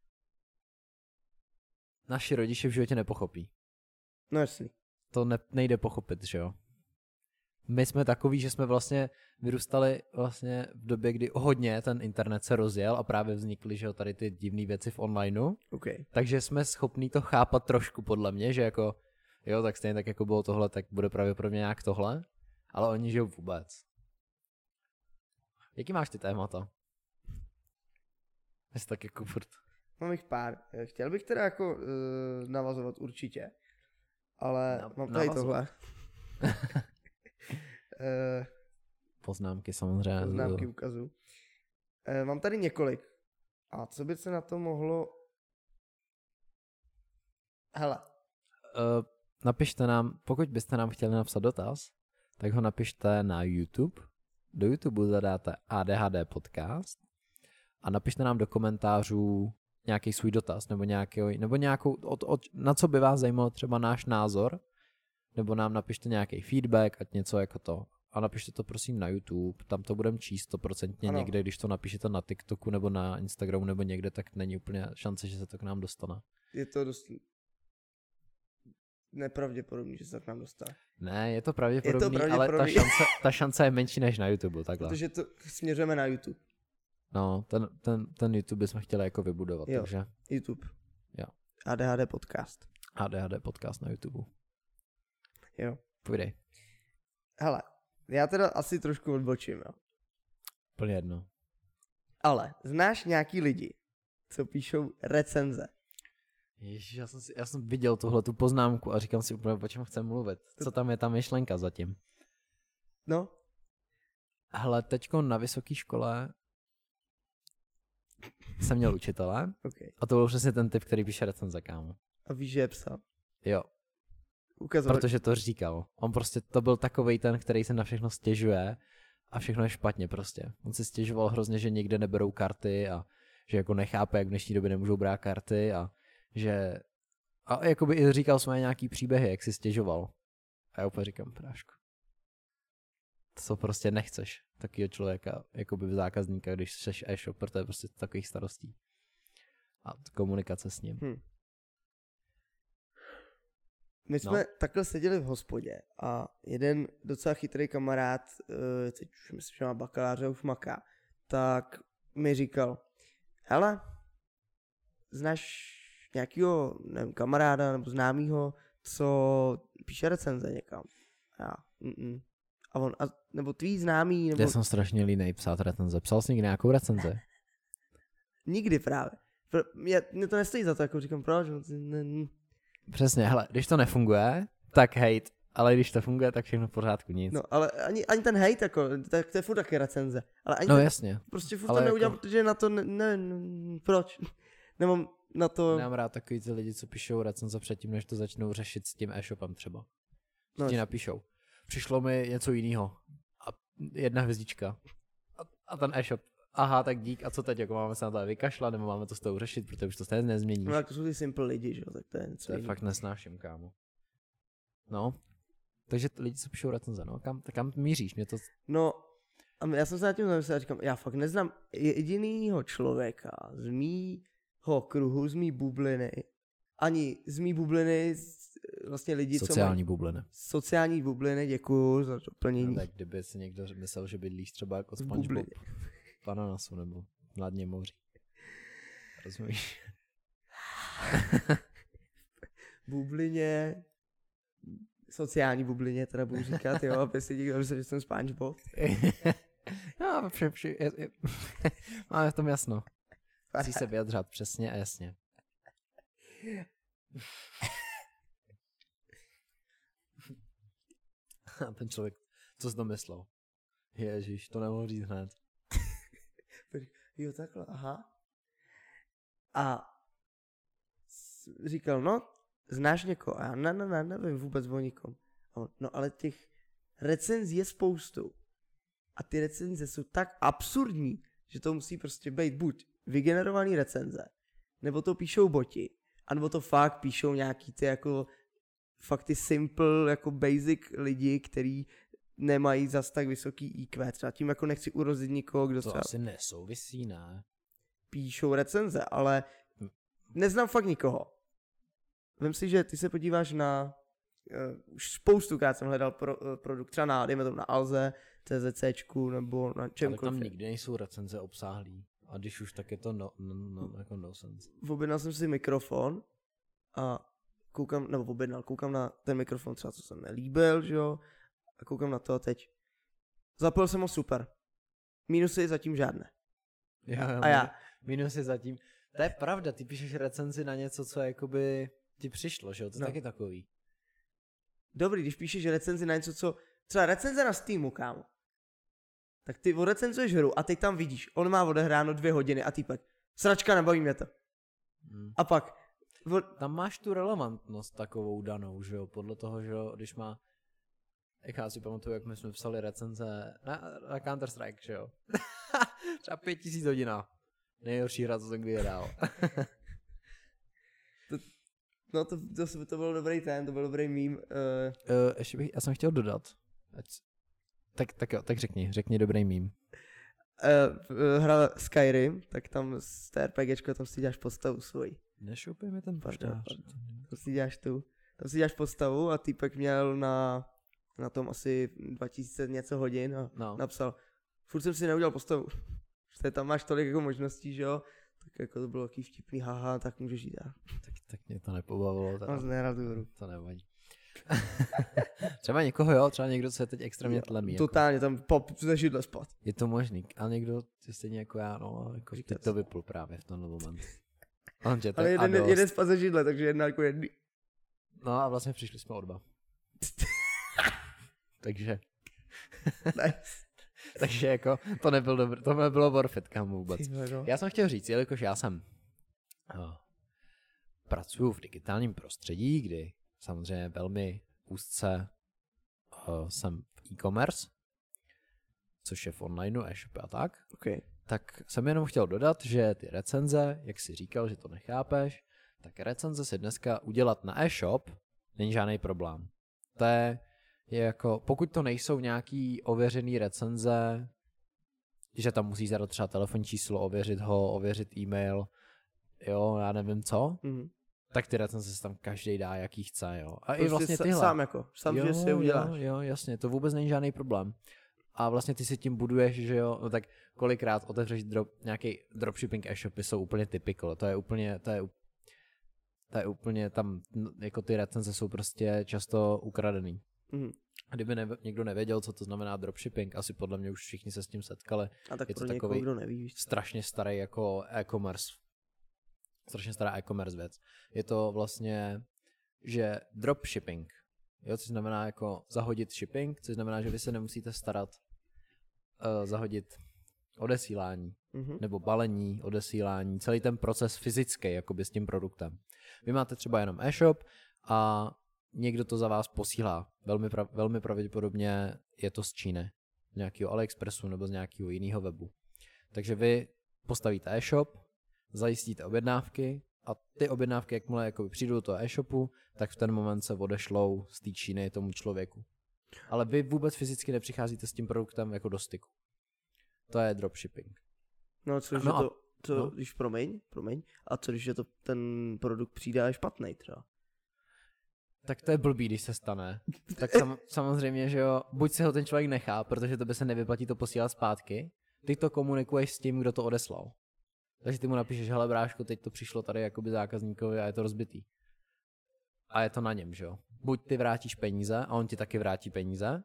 naši rodiče v životě nepochopí. No jasný. To ne, nejde pochopit, že jo. My jsme takový, že jsme vlastně vyrůstali vlastně v době, kdy hodně ten internet se rozjel a právě vznikly, že jo, tady ty divné věci v onlineu. Okay. Takže jsme schopní to chápat trošku podle mě, že jako, jo, tak stejně tak jako bylo tohle, tak bude pravděpodobně nějak tohle, ale oni žijou vůbec. Jaký máš ty témata? Jsi tak jako furt. Mám jich pár. Chtěl bych teda jako uh, navazovat určitě, ale Na, mám tady tohle. Uh, poznámky samozřejmě. Poznámky ukazu. Uh, mám tady několik. A co by se na to mohlo... Hele. Uh, napište nám, pokud byste nám chtěli napsat dotaz, tak ho napište na YouTube. Do YouTube zadáte A D H D podcast a napište nám do komentářů nějaký svůj dotaz nebo, nějaký, nebo nějakou, od, od, na co by vás zajímalo třeba náš názor, nebo nám napište nějaký feedback, ať něco jako to. A napište to prosím na YouTube, tam to budeme číst stoprocentně někde, když to napíšete na TikToku nebo na Instagramu nebo někde, tak není úplně šance, že se to k nám dostane. Je to dost nepravděpodobný, že se to k nám dostane. Ne, je to pravděpodobný, je to pravděpodobný. ale ta šance, ta šance je menší než na YouTube, takhle. Protože to směřujeme na YouTube. No, ten, ten, ten YouTube bychom chtěli jako vybudovat, jo, takže... YouTube. Jo. A D H D podcast. A D H D podcast na YouTube. Jo. Půjdej. Hele, já teda asi trošku odbočím, jo. Plně jedno. Ale znáš nějaký lidi, co píšou recenze? Ježiš, já jsem, si, já jsem viděl tuhle tu poznámku a říkám si úplně, o čem chcem mluvit. Co tam je ta myšlenka zatím? No. Hele, teďko na vysoké škole jsem měl učitele okay. a to byl přesně ten typ, který píše recenze, kámo. A víš, že je psal? Jo. Ukazoval. Protože to říkal. On prostě, to byl takovej ten, který se na všechno stěžuje a všechno je špatně prostě. On si stěžoval hrozně, že nikde neberou karty a že jako nechápe, jak v dnešní době nemůžou brát karty a že... A jakoby i říkal svoje nějaký příběhy, jak si stěžoval. A já úplně říkám, prášku. to prostě nechceš takového člověka, jakoby zákazníka, když jsi e-shop, protože prostě takových starostí. A komunikace s ním. Hmm. My jsme no. takhle seděli v hospodě a jeden docela chytrý kamarád, teď už myslím, že má bakaláře, už maká, tak mi říkal, hele, znáš nějakýho, nevím, kamaráda nebo známýho, co píše recenze někam? Já, mm-mm. A on, a, nebo tvý známý, nebo... Já jsem strašně línej psát recenze. Psal jsi někdy nějakou recenzi? Nikdy právě. Mě, mě to nestojí za to, jako říkám, proč? Přesně, hele, když to nefunguje, tak hejt, ale když to funguje, tak všechno v pořádku, nic. No, ale ani, ani ten hejt, jako, tak to je furt taky recenze. Ale ani no ten, jasně. Prostě furt ale to neudělám, jako... protože na to, ne, ne, ne, proč? Nemám na to... Nemám rád takový ty lidi, co píšou recenze předtím, než to začnou řešit s tím e-shopem třeba. Co no, ti napíšou. Přišlo mi něco jiného. A jedna hvězdička. A, a ten e-shop. Aha, tak dík. A co teď? Jako máme se na to vykašlat, nebo máme to s tou řešit, protože už to stejně nezměníš. No, to jsou ty simple lidi, že jo, tak to je něco To je jiný. fakt nesnáším, kámo. No. Takže lidi, co píšou recenze, no. Kam, tak kam míříš? Mě to... No, a já jsem se nad tím zamyslel a říkám, já fakt neznám jedinýho člověka z mýho kruhu, z mý bubliny, ani z mý bubliny, vlastně lidi, sociální co bubliny. Sociální bubliny, děkuju za doplnění. No, tak kdyby si někdo myslel, že bydlíš třeba jako SpongeBob v Ananasu nebo na dně moří. Rozumíš? Bublině, sociální bublině teda budu říkat, jo, aby si někdo myslel, že jsem SpongeBob. No, vše, vše, je, je. Máme v tom jasno. Musí se vyjadřovat přesně a jasně. A ten člověk, co jsi to myslel? Ježíš, to nemohl říct hned. Jo, takhle, aha. A říkal, no, znáš někoho? A já ne, ne, ne, nevím vůbec o nikom. On, no, ale těch recenzí je spoustu. A ty recenze jsou tak absurdní, že to musí prostě být buď vygenerovaný recenze, nebo to píšou boti, anebo to fakt píšou nějaký ty jako fakt ty simple, jako basic lidi, který nemají zas tak vysoký í kvé. Třeba tím jako nechci urozit nikoho, kdo to třeba... To asi nesouvisí, ne? Píšou recenze, ale neznám fakt nikoho. Vem si, že ty se podíváš na... Uh, už spoustukrát jsem hledal pro, uh, produkt, třeba na, dejme tomu na Alze, CZCčku, nebo na čemkoliv. Ale tam nikdy nejsou recenze obsáhlý. A když už, tak je to no, no, no, jako no sense. Objednal jsem si mikrofon a koukám, nebo objednal, koukám na ten mikrofon třeba, co se mi líbil, že jo, a koukám na to a teď. Zapil jsem ho super. Minusy zatím žádné. Já, já, a já. Minusy zatím. To je pravda, ty píšeš recenzi na něco, co jakoby ti přišlo, že jo, to je no. taky takový. Dobrý, když píšeš recenzi na něco, co... Třeba recenze na Steamu, kámo. Tak ty odrecenzuješ hru a teď tam vidíš, on má odehráno dvě hodiny a týpek, sračka, nebaví mě to. Hmm. A pak... Od... Tam máš tu relevantnost takovou danou, že jo, podle toho, že jo, když má... Jak já si pamatuju, jak my jsme psali recenze na, na Counter-Strike, že jo. Třeba pět tisíc hodina. Nejhorší hra, co jsem kdy hrál. to, no to, to, to byl dobrý ten, to byl dobrý meme. Uh... Uh, ještě bych, já jsem chtěl dodat. Ať... Tak, tak jo, tak řekni, řekni dobrý meme. Uh, hra Skyrim, tak tam z té RPGčko, tam si děláš postavu svoji. Nešoupej mi ten poštář. Tam si děláš tu, tam si děláš postavu a týpek měl na, na tom asi dva tisíce něco hodin a no. napsal, furt jsem si neudělal postavu. Že tam máš tolik jako možností, že jo, tak jako to bylo takový vtipný, haha, tak můžeš jít dál. Tak, tak mě to nepobavilo. Mám znerad tu hru. To nevadí. Třeba někoho jo, třeba někdo se teď extrémně jo, tlemí. Totálně, jako. Tam pop ze židle spad. Je to možný, ale někdo stejně jako já, no, jako teď to vypl právě v tomhle momentu. On tě, ale jeden, jeden spad ze židle, takže jedna jako jedný. No a vlastně přišli jsme o dva. takže. Nice. takže jako, to nebylo dobré, to nebylo worth it, kam vůbec. Já jsem chtěl říct, jelikož já jsem uh, pracuju v digitálním prostředí, kdy samozřejmě velmi úzce uh, jsem v e-commerce, což je v onlineu, e-shopy a tak. Okay. Tak jsem jenom chtěl dodat, že ty recenze, jak jsi říkal, že to nechápeš, tak recenze si dneska udělat na e-shop není žádný problém. To je je jako, pokud to nejsou nějaký ověřený recenze, že tam musí zadat třeba telefonní číslo, ověřit ho, ověřit e-mail, jo, já nevím co, Mm-hmm. tak ty recenze se tam každý dá, jaký chce, jo. A Prostě i vlastně tyhle. sám jako, sám, jo, že si je uděláš. Jo, jo, jasně, to vůbec není žádný problém. A vlastně ty si tím buduješ, že jo, no tak kolikrát otevřeš drop, nějaký dropshipping e-shopy jsou úplně typical, to je úplně, to je, to je úplně tam, jako ty recenze jsou prostě často ukradený. Mm. Kdyby ne, někdo nevěděl, co to znamená dropshipping, asi podle mě už všichni se s tím setkali. A tak je pro to někoho, takový kdo neví, víš. strašně starý jako e-commerce. Strašně stará e-commerce věc. Je to vlastně, že dropshipping, jo, což znamená jako zahodit shipping, což znamená, že vy se nemusíte starat uh, zahodit odesílání, Mm-hmm. nebo balení, odesílání, celý ten proces fyzický, jakoby s tím produktem. Vy máte třeba jenom e-shop a někdo to za vás posílá. Velmi, prav, velmi pravděpodobně je to z Číny, z nějakého AliExpressu nebo z nějakého jiného webu. Takže vy postavíte e-shop, zajistíte objednávky a ty objednávky, jakmile jakoby přijdou do toho e-shopu, tak v ten moment se odešlou z té Číny tomu člověku. Ale vy vůbec fyzicky nepřicházíte s tím produktem jako do styku. To je dropshipping. No, co když No je a- to, co, no. když promiň, promiň, a co když je to ten produkt přijde a je špatný třeba? Tak to je blbý, když se stane. Tak sam, samozřejmě, že jo, buď si ho ten člověk nechá, protože to by se nevyplatí to posílat zpátky, ty to komunikuješ s tím, kdo to odeslal. Takže ty mu napíšeš, hele bráško, teď to přišlo tady jakoby zákazníkovi a je to rozbitý. A je to na něm, že jo. Buď ty vrátíš peníze a on ti taky vrátí peníze,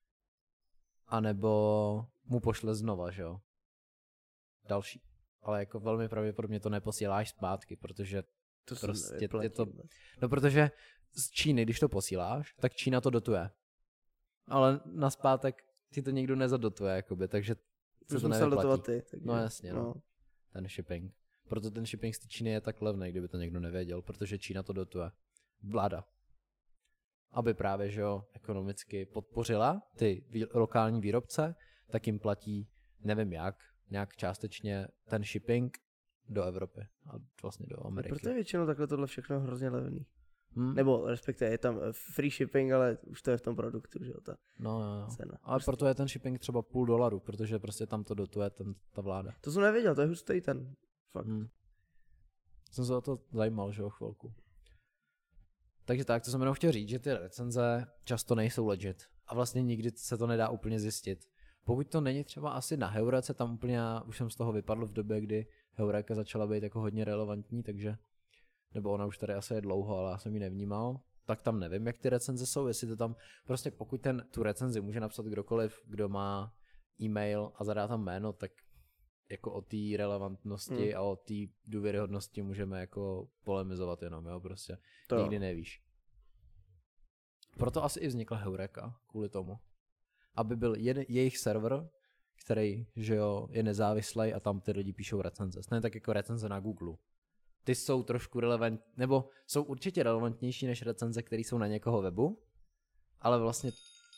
anebo mu pošle znova, že jo. Další. Ale jako velmi pravděpodobně to neposíláš zpátky, protože To se prostě nevyplatí je to, vůbec. no protože z Číny, když to posíláš, tak Čína to dotuje. Ale naspátek ti to nikdo nezadotuje, jakoby, takže se To to musel dotovat nevyplatí. ty. Takže, No jasně, no. Ten shipping. Proto ten shipping z té Číny je tak levný, kdyby to někdo nevěděl, protože Čína to dotuje. Vláda. Aby právě, že jo, ekonomicky podpořila ty vý, lokální výrobce, tak jim platí, nevím jak, nějak částečně ten shipping do Evropy a vlastně do Ameriky. Proto je většinou takhle tohle všechno hrozně levný. Hmm? Nebo respektive je tam eh, free shipping, ale už to je v tom produktu, že jo, ta No, no, no. cena. Ale Prostě. proto je ten shipping třeba půl dolaru, protože prostě tam to dotuje ten, ta vláda. To jsem nevěděl, to je hustý ten. Fakt. Hmm. Jsem se o to zajímal, že o chvilku. Takže tak, to jsem jenom chtěl říct, že ty recenze často nejsou legit. A vlastně nikdy se to nedá úplně zjistit. Pokud to není třeba asi na Heurece, tam úplně já už jsem z toho vypadl v době, kdy Heureka začala být jako hodně relevantní, takže, nebo ona už tady asi je dlouho, ale já jsem ji nevnímal, tak tam nevím, jak ty recenze jsou, jestli to tam, prostě pokud ten, tu recenzi může napsat kdokoliv, kdo má e-mail a zadá tam jméno, tak jako o té relevantnosti Hmm. a o té důvěryhodnosti můžeme jako polemizovat jenom, jo, prostě. To jo. Nikdy nevíš. Proto asi i vznikla Heureka, kvůli tomu. Aby byl jeden, jejich server, který, že jo, je nezávislý a tam ty lidi píšou recenze. Ne tak jako recenze na Google. Ty jsou trošku relevant, nebo jsou určitě relevantnější než recenze, které jsou na někoho webu, ale vlastně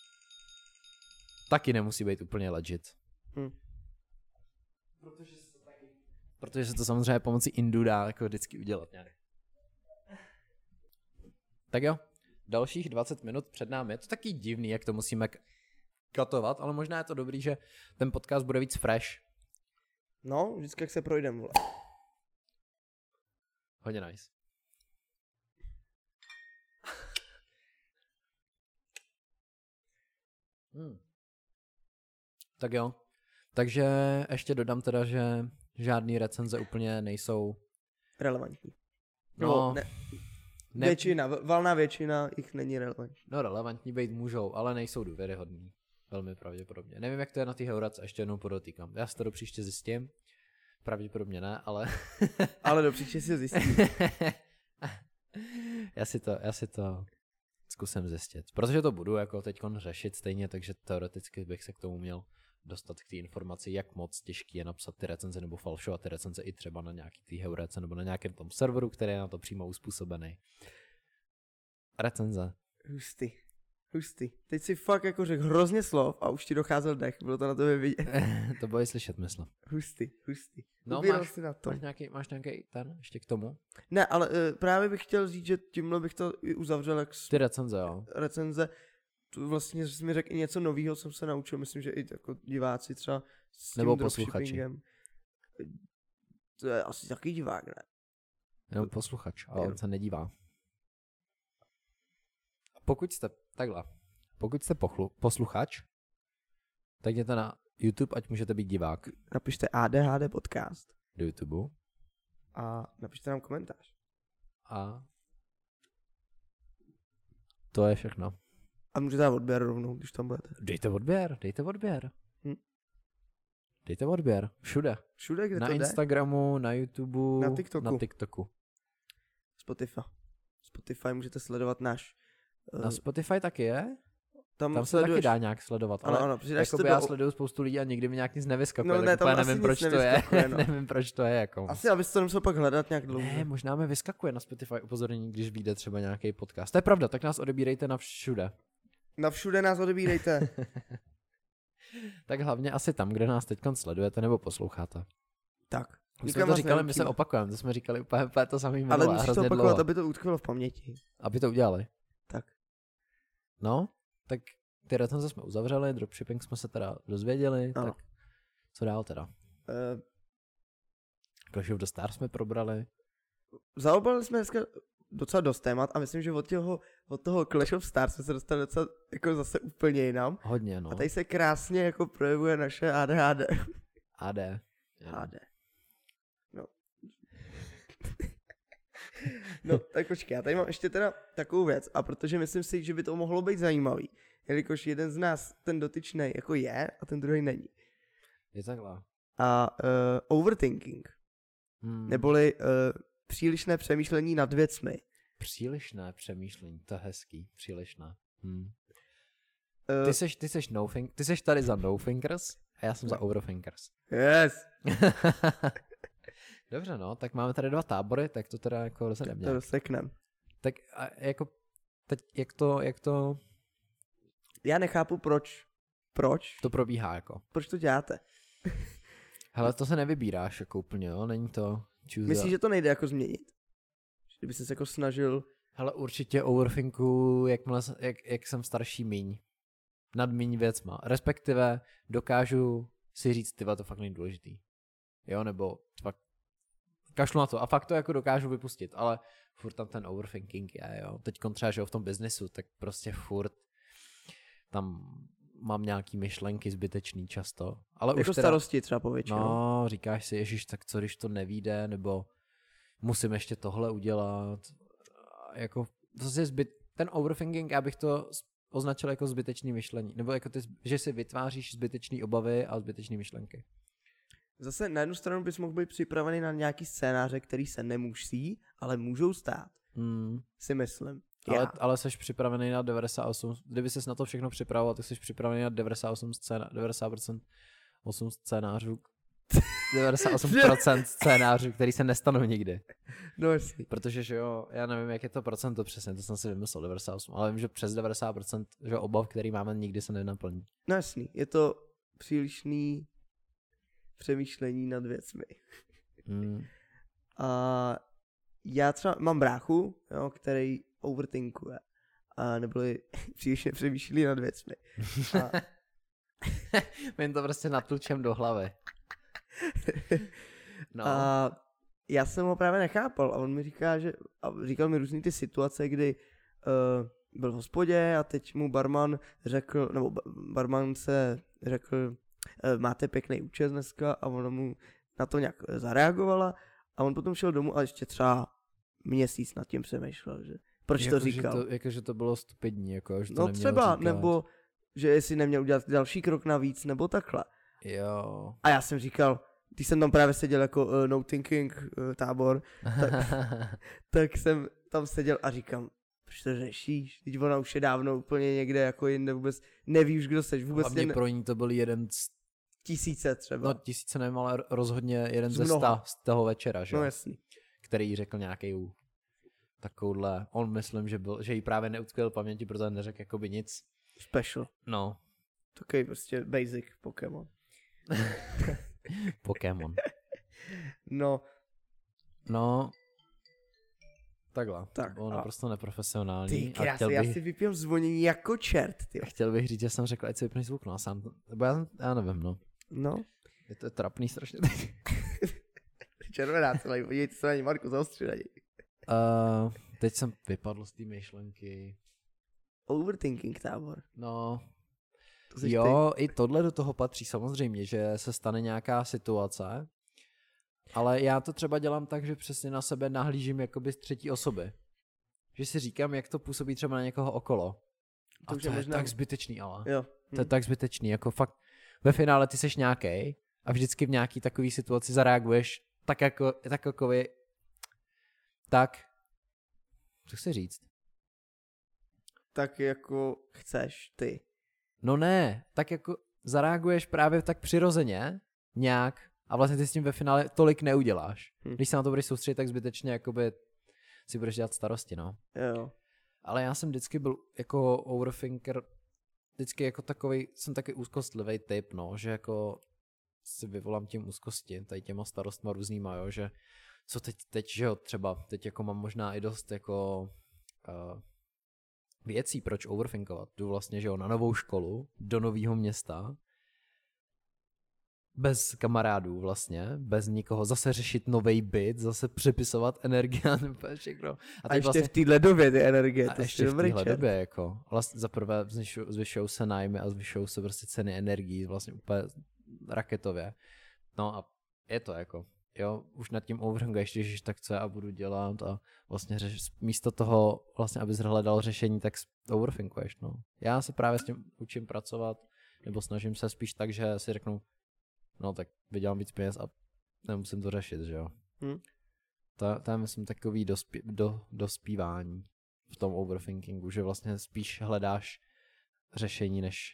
taky nemusí být úplně legit. Hm. Protože se to taky... Protože se to samozřejmě pomocí Indu dá jako vždycky udělat nějak. Tak jo, dalších dvacet minut před námi. Je to taky divný, jak to musíme k- katovat, ale možná je to dobrý, že ten podcast bude víc fresh. No, vždycky jak se projdem, vole. Hodně nice. Hmm. Tak jo. Takže ještě dodám teda, že žádný recenze úplně nejsou... Relevantní. No, No, ne, ne, většina, v- valná většina jich není relevantní. no relevantní být můžou, ale nejsou důvěryhodný. Velmi pravděpodobně. Nevím, jak to je na té Heurace, ještě jednou podotýkám. Já si to do příště zjistím. Pravděpodobně ne, ale... Ale do příště si zjistím. já si to, já si to zkusím zjistit. Protože to budu jako teďkon řešit stejně, takže teoreticky bych se k tomu měl dostat k té informaci, jak moc těžký je napsat ty recenze nebo falšovat ty recenze i třeba na nějaký té Heurece nebo na nějakém tom serveru, který je na to přímo uspůsobený. Recenze. Hustý. Hustý. Teď si fakt jako řekl hrozně slov a už ti docházel dech, bylo to na tebe vidět. To bude slyšet, myslím. Hustý, hustý. No, Ubíral máš, si na to. máš, nějaký, máš nějaký ten ještě k tomu? Ne, ale uh, právě bych chtěl říct, že tímhle bych to i uzavřel jak s Ty recenze, jo. recenze. to vlastně jsi mi řekl i něco nového, jsem se naučil, myslím, že i jako diváci třeba s tím Nebo posluchači. dropshippingem. To je asi taky divák, ne? Jenom posluchač, ale on se nedívá. Pokud jste, takhle, pokud jste pochlu, posluchač, tak jděte na YouTube, ať můžete být divák. Napište A D H D podcast. Do YouTube. A napište nám komentář. A to je všechno. A můžete dát odběr rovnou, když tam budete. Dejte odběr, dejte odběr. Hm. Dejte odběr, všude. Všude, kde na to jde. Na Instagramu, na YouTube, na TikToku. na TikToku. Spotify. Spotify můžete sledovat náš. Uh, na Spotify taky je? Tam, tam se sleduješ... taky dá nějak sledovat, ano, ale ano, jako by do... já sleduju spoustu lidí a nikdy mi nějak nic nevyskakuje, no, tak ne, úplně nevím, proč to je, no. nevím, proč to je, jako. Asi, abys to nemusel pak hledat nějak dlouho. Ne, možná mi vyskakuje na Spotify upozornění, když vyjde třeba nějaký podcast. To je pravda, tak nás odebírejte na všude. Na všude nás odebírejte. Tak hlavně asi tam, kde nás teďkon sledujete nebo posloucháte. Tak. My jsme to říkali, my se opakujeme, to jsme říkali úplně, úplně to samý minulé. Ale musíš to opakovat, dlouho. Aby to utkvělo v paměti. Aby to udělali. Tak. No, tak ty recenze jsme uzavřeli, dropshipping jsme se teda dozvěděli, ano. Tak co dál teda? Uh, Clash of the Stars jsme probrali. Zaobalili jsme dneska docela dost témat a myslím, že od toho, od toho Clash of Stars jsme se dostali docela jako zase úplně jinam. Hodně, no. A tady se krásně jako projevuje naše A D H D. A D. A D. No. No, tak počkej, já tady mám ještě teda takovou věc a protože myslím si, že by to mohlo být zajímavý, jelikož jeden z nás ten dotyčnej jako je a ten druhý není. Je takhle. A uh, overthinking, hmm. neboli uh, přílišné přemýšlení nad věcmi. Přílišné přemýšlení, to je hezký, přílišné. Hmm. Uh, ty, seš, ty, seš no think, ty seš tady za no thinkers a já jsem za overthinkers. Yes! Dobře, no, tak máme tady dva tábory, tak to teda jako rozhodem To rozseknem. Tak a jako, teď jak to, jak to... Já nechápu proč. Proč? To probíhá jako. Proč to děláte? Hele, to se nevybíráš jako úplně, jo, není to... Myslíš, že to nejde jako změnit? Kdyby ses jako snažil... Hele, určitě overthinku, jakmile, jak, jak jsem starší míň. Nad míň věcma. Respektive dokážu si říct, tyva, to fakt není důležitý. Jo, nebo fakt kašlu na to a fakt to jako dokážu vypustit, ale furt tam ten overthinking je, jo. Teď třeba, že jo, v tom biznesu, tak prostě furt tam mám nějaký myšlenky zbytečný často. Ale jako už teda, starosti třeba povětšinou. No, říkáš si, ježiš, tak co když to nevíde, nebo musím ještě tohle udělat. Jako, zase zbyt, ten overthinking, já bych to označil jako zbytečný myšlení, nebo jako ty, že si vytváříš zbytečný obavy a zbytečný myšlenky. Zase na jednu stranu bys mohl být připravený na nějaký scénáře, který se nemusí, ale můžou stát. Hmm. Si myslím. Ale, ale jsi připravený na devadesát osm, kdyby ses na to všechno připravoval, tak jsi připravený na devadesát osm scéna, devadesát procent osm scénářů, devadesát osm procent scénářů, který se nestanou nikdy. No jasný. Protože, že jo, já nevím, jak je to procento přesně, to jsem si vymyslel, devadesát osm, ale vím, že přes devadesát procent že obav, který máme, nikdy se nenaplní. No jasný, je to přílišný přemýšlení nad věcmi. Hmm. A já třeba mám bráchu, jo, který overthinkuje. A neboli příliš nepřemýšlí nad věcmi. A... My jim to prostě natlučem do hlavy. No. A já jsem ho právě nechápal a on mi říká, že a říkal mi různý ty situace, kdy uh, byl v hospodě a teď mu barman řekl, nebo barman se řekl, uh, máte pěkný účet dneska a ona mu na to nějak zareagovala a on potom šel domů a ještě třeba měsíc nad tím přemýšlel, že proč jako, to říkal. Že to, jako, že to bylo stupidní, jako, že to no neměl třeba, říkat. Nebo že jestli neměl udělat další krok navíc, nebo takhle. Jo. A já jsem říkal, když jsem tam právě seděl jako uh, no thinking uh, tábor, tak, tak jsem tam seděl a říkám, proč to řešíš? Teď ona už je dávno úplně někde jako jinde, vůbec nevíš, kdo seš. Vůbec hlavně ne... pro ní to byl jeden z... Tisíce třeba. No tisíce nevím, ale rozhodně jeden z ze sta z toho večera, že? No jasný. Který jí řekl nějaký takovouhle, on myslím, že byl, že jí právě neutkvěl paměti, protože neřekl jakoby nic. Special. No. Takový prostě basic Pokémon. Pokémon. No. No. Takhle, Tak, to bylo a- naprosto neprofesionální. Ty a krásy, chtěl já bych, si vypím zvonění jako čert, ty. chtěl bych říct, že jsem řekl, ať si vypneš zvuk, no a sám, to- nebo já, já nevím, no. No, Je to trapný strašně. červená celý, podívejte se na ní, Marku, zaostřený. uh, teď jsem vypadl z té myšlenky. Overthinking tábor. No, To jsi jo, i tohle do toho patří samozřejmě, že se stane nějaká situace, ale já to třeba dělám tak, že přesně na sebe nahlížím jakoby z třetí osoby. Že si říkám, jak to působí třeba na někoho okolo. To A už to je je možná- tak zbytečný, ale. ty. Jo. To je tak zbytečný, jako fakt ve finále ty seš nějakej a vždycky v nějaký takový situaci zareaguješ tak jako, tak jako vy, tak, co chci říct? Tak jako chceš ty. No ne, tak jako zareaguješ právě tak přirozeně nějak a vlastně ty s tím ve finále tolik neuděláš. Hm. Když se na to budeš soustředit, tak zbytečně jakoby si budeš dělat starosti, no. Jo. Ale já jsem vždycky byl jako overthinker, vždycky jako takový, jsem taky úzkostlivý typ, no, že jako si vyvolám tím úzkosti, tady těma starostma různýma, jo, že co teď, teď, že jo, třeba teď jako mám možná i dost jako uh, věcí, proč overthinkovat. Jdu vlastně, že jo, na novou školu, do nového města, bez kamarádů vlastně, bez nikoho, zase řešit novej byt, zase přepisovat energie a nebo všechno. A, A, a ještě vlastně, v téhle době ty energie, a to ještě je v dobrý téhle čert. době, jako, vlastně zaprvé zvyšují se nájmy a zvyšují se prostě ceny energií, vlastně úplně raketově. No a je to jako, jo, už nad tím overthinkuješ, když tak co já budu dělat a vlastně řeš, místo toho, vlastně, abys hledal řešení, tak overthinkuješ, no. Já se právě s tím učím pracovat, nebo snažím se spíš tak, že si řeknu, no tak vydělám víc peněz a nemusím to řešit, že jo. Hm. To, to je, myslím, takový dospí, do, dospívání v tom overthinkingu, že vlastně spíš hledáš řešení, než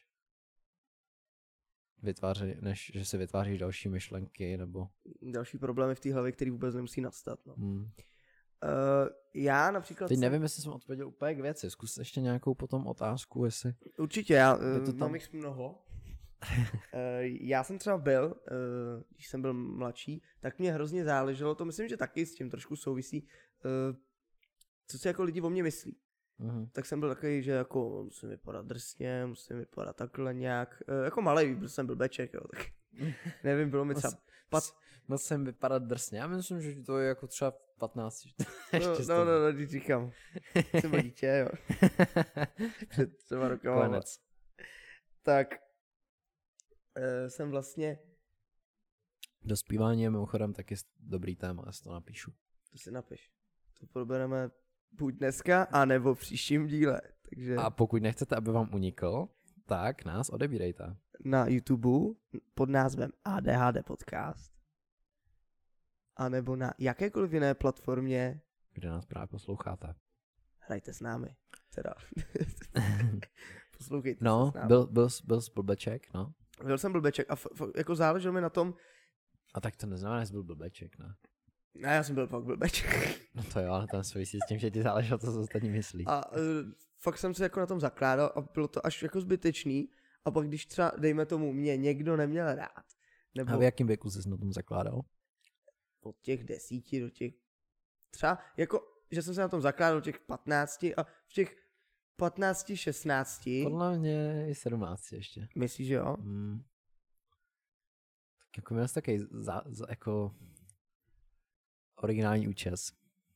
vytváří, než že si vytváříš další myšlenky, nebo... Další problémy v té hlavě, který vůbec nemusí nastat. No. Hmm. Uh, já například... Teď jsem- nevím, jestli jsem odpověděl úplně k věci. Zkus ještě nějakou potom otázku, jestli... Určitě, já Je to uh, tam- mám jich mnoho. uh, já jsem třeba byl, uh, když jsem byl mladší, tak mě hrozně záleželo, to myslím, že taky s tím trošku souvisí, uh, co si jako lidi o mě myslí. Mhm. Tak jsem byl takový, že jako musím vypadat drsně, musím vypadat takhle nějak, uh, jako malej, byl jsem blbeček, jo, tak nevím, bylo mi třeba pat... Moc jsem vypadat drsně. Já myslím, že to je jako třeba patnáct. No, no, no, no, když říkám, jsem byl dítě, jo, před třema rokama. Konec. Tak uh, jsem vlastně, Dospívání je mimochodem taky dobrý téma, já si to napíšu. to si napiš, to probereme buď dneska, anebo v příštím díle, takže A pokud nechcete, aby vám unikl, tak nás odebírejte. na YouTube pod názvem A D H D Podcast, anebo na jakékoliv jiné platformě, Kde nás právě posloucháte. hrajte s námi, teda, poslouchejte No, se s námi. byl, byl, byl jsi blbeček, no. Byl jsem blbeček a f- f- jako záleželo mi na tom, A tak to neznamená, že jsi byl blbeček, ne? ne, já jsem byl fakt blbeček. No to jo, ale tam souvisí s tím, že ti záleží, co se ostatní myslí. A uh, fakt jsem se jako na tom zakládal a bylo to až jako zbytečný. A pak když třeba, dejme tomu, mě někdo neměl rád, nebo A v jakém věku jsi na tom zakládal? od těch desíti do těch, třeba jako, že jsem se na tom zakládal do těch patnácti a v těch patnácti, šestnácti, Podle mě i sedmnáct ještě. myslíš, že jo? Hmm. Tak jako měl jsi takový za, za, jako originální účes.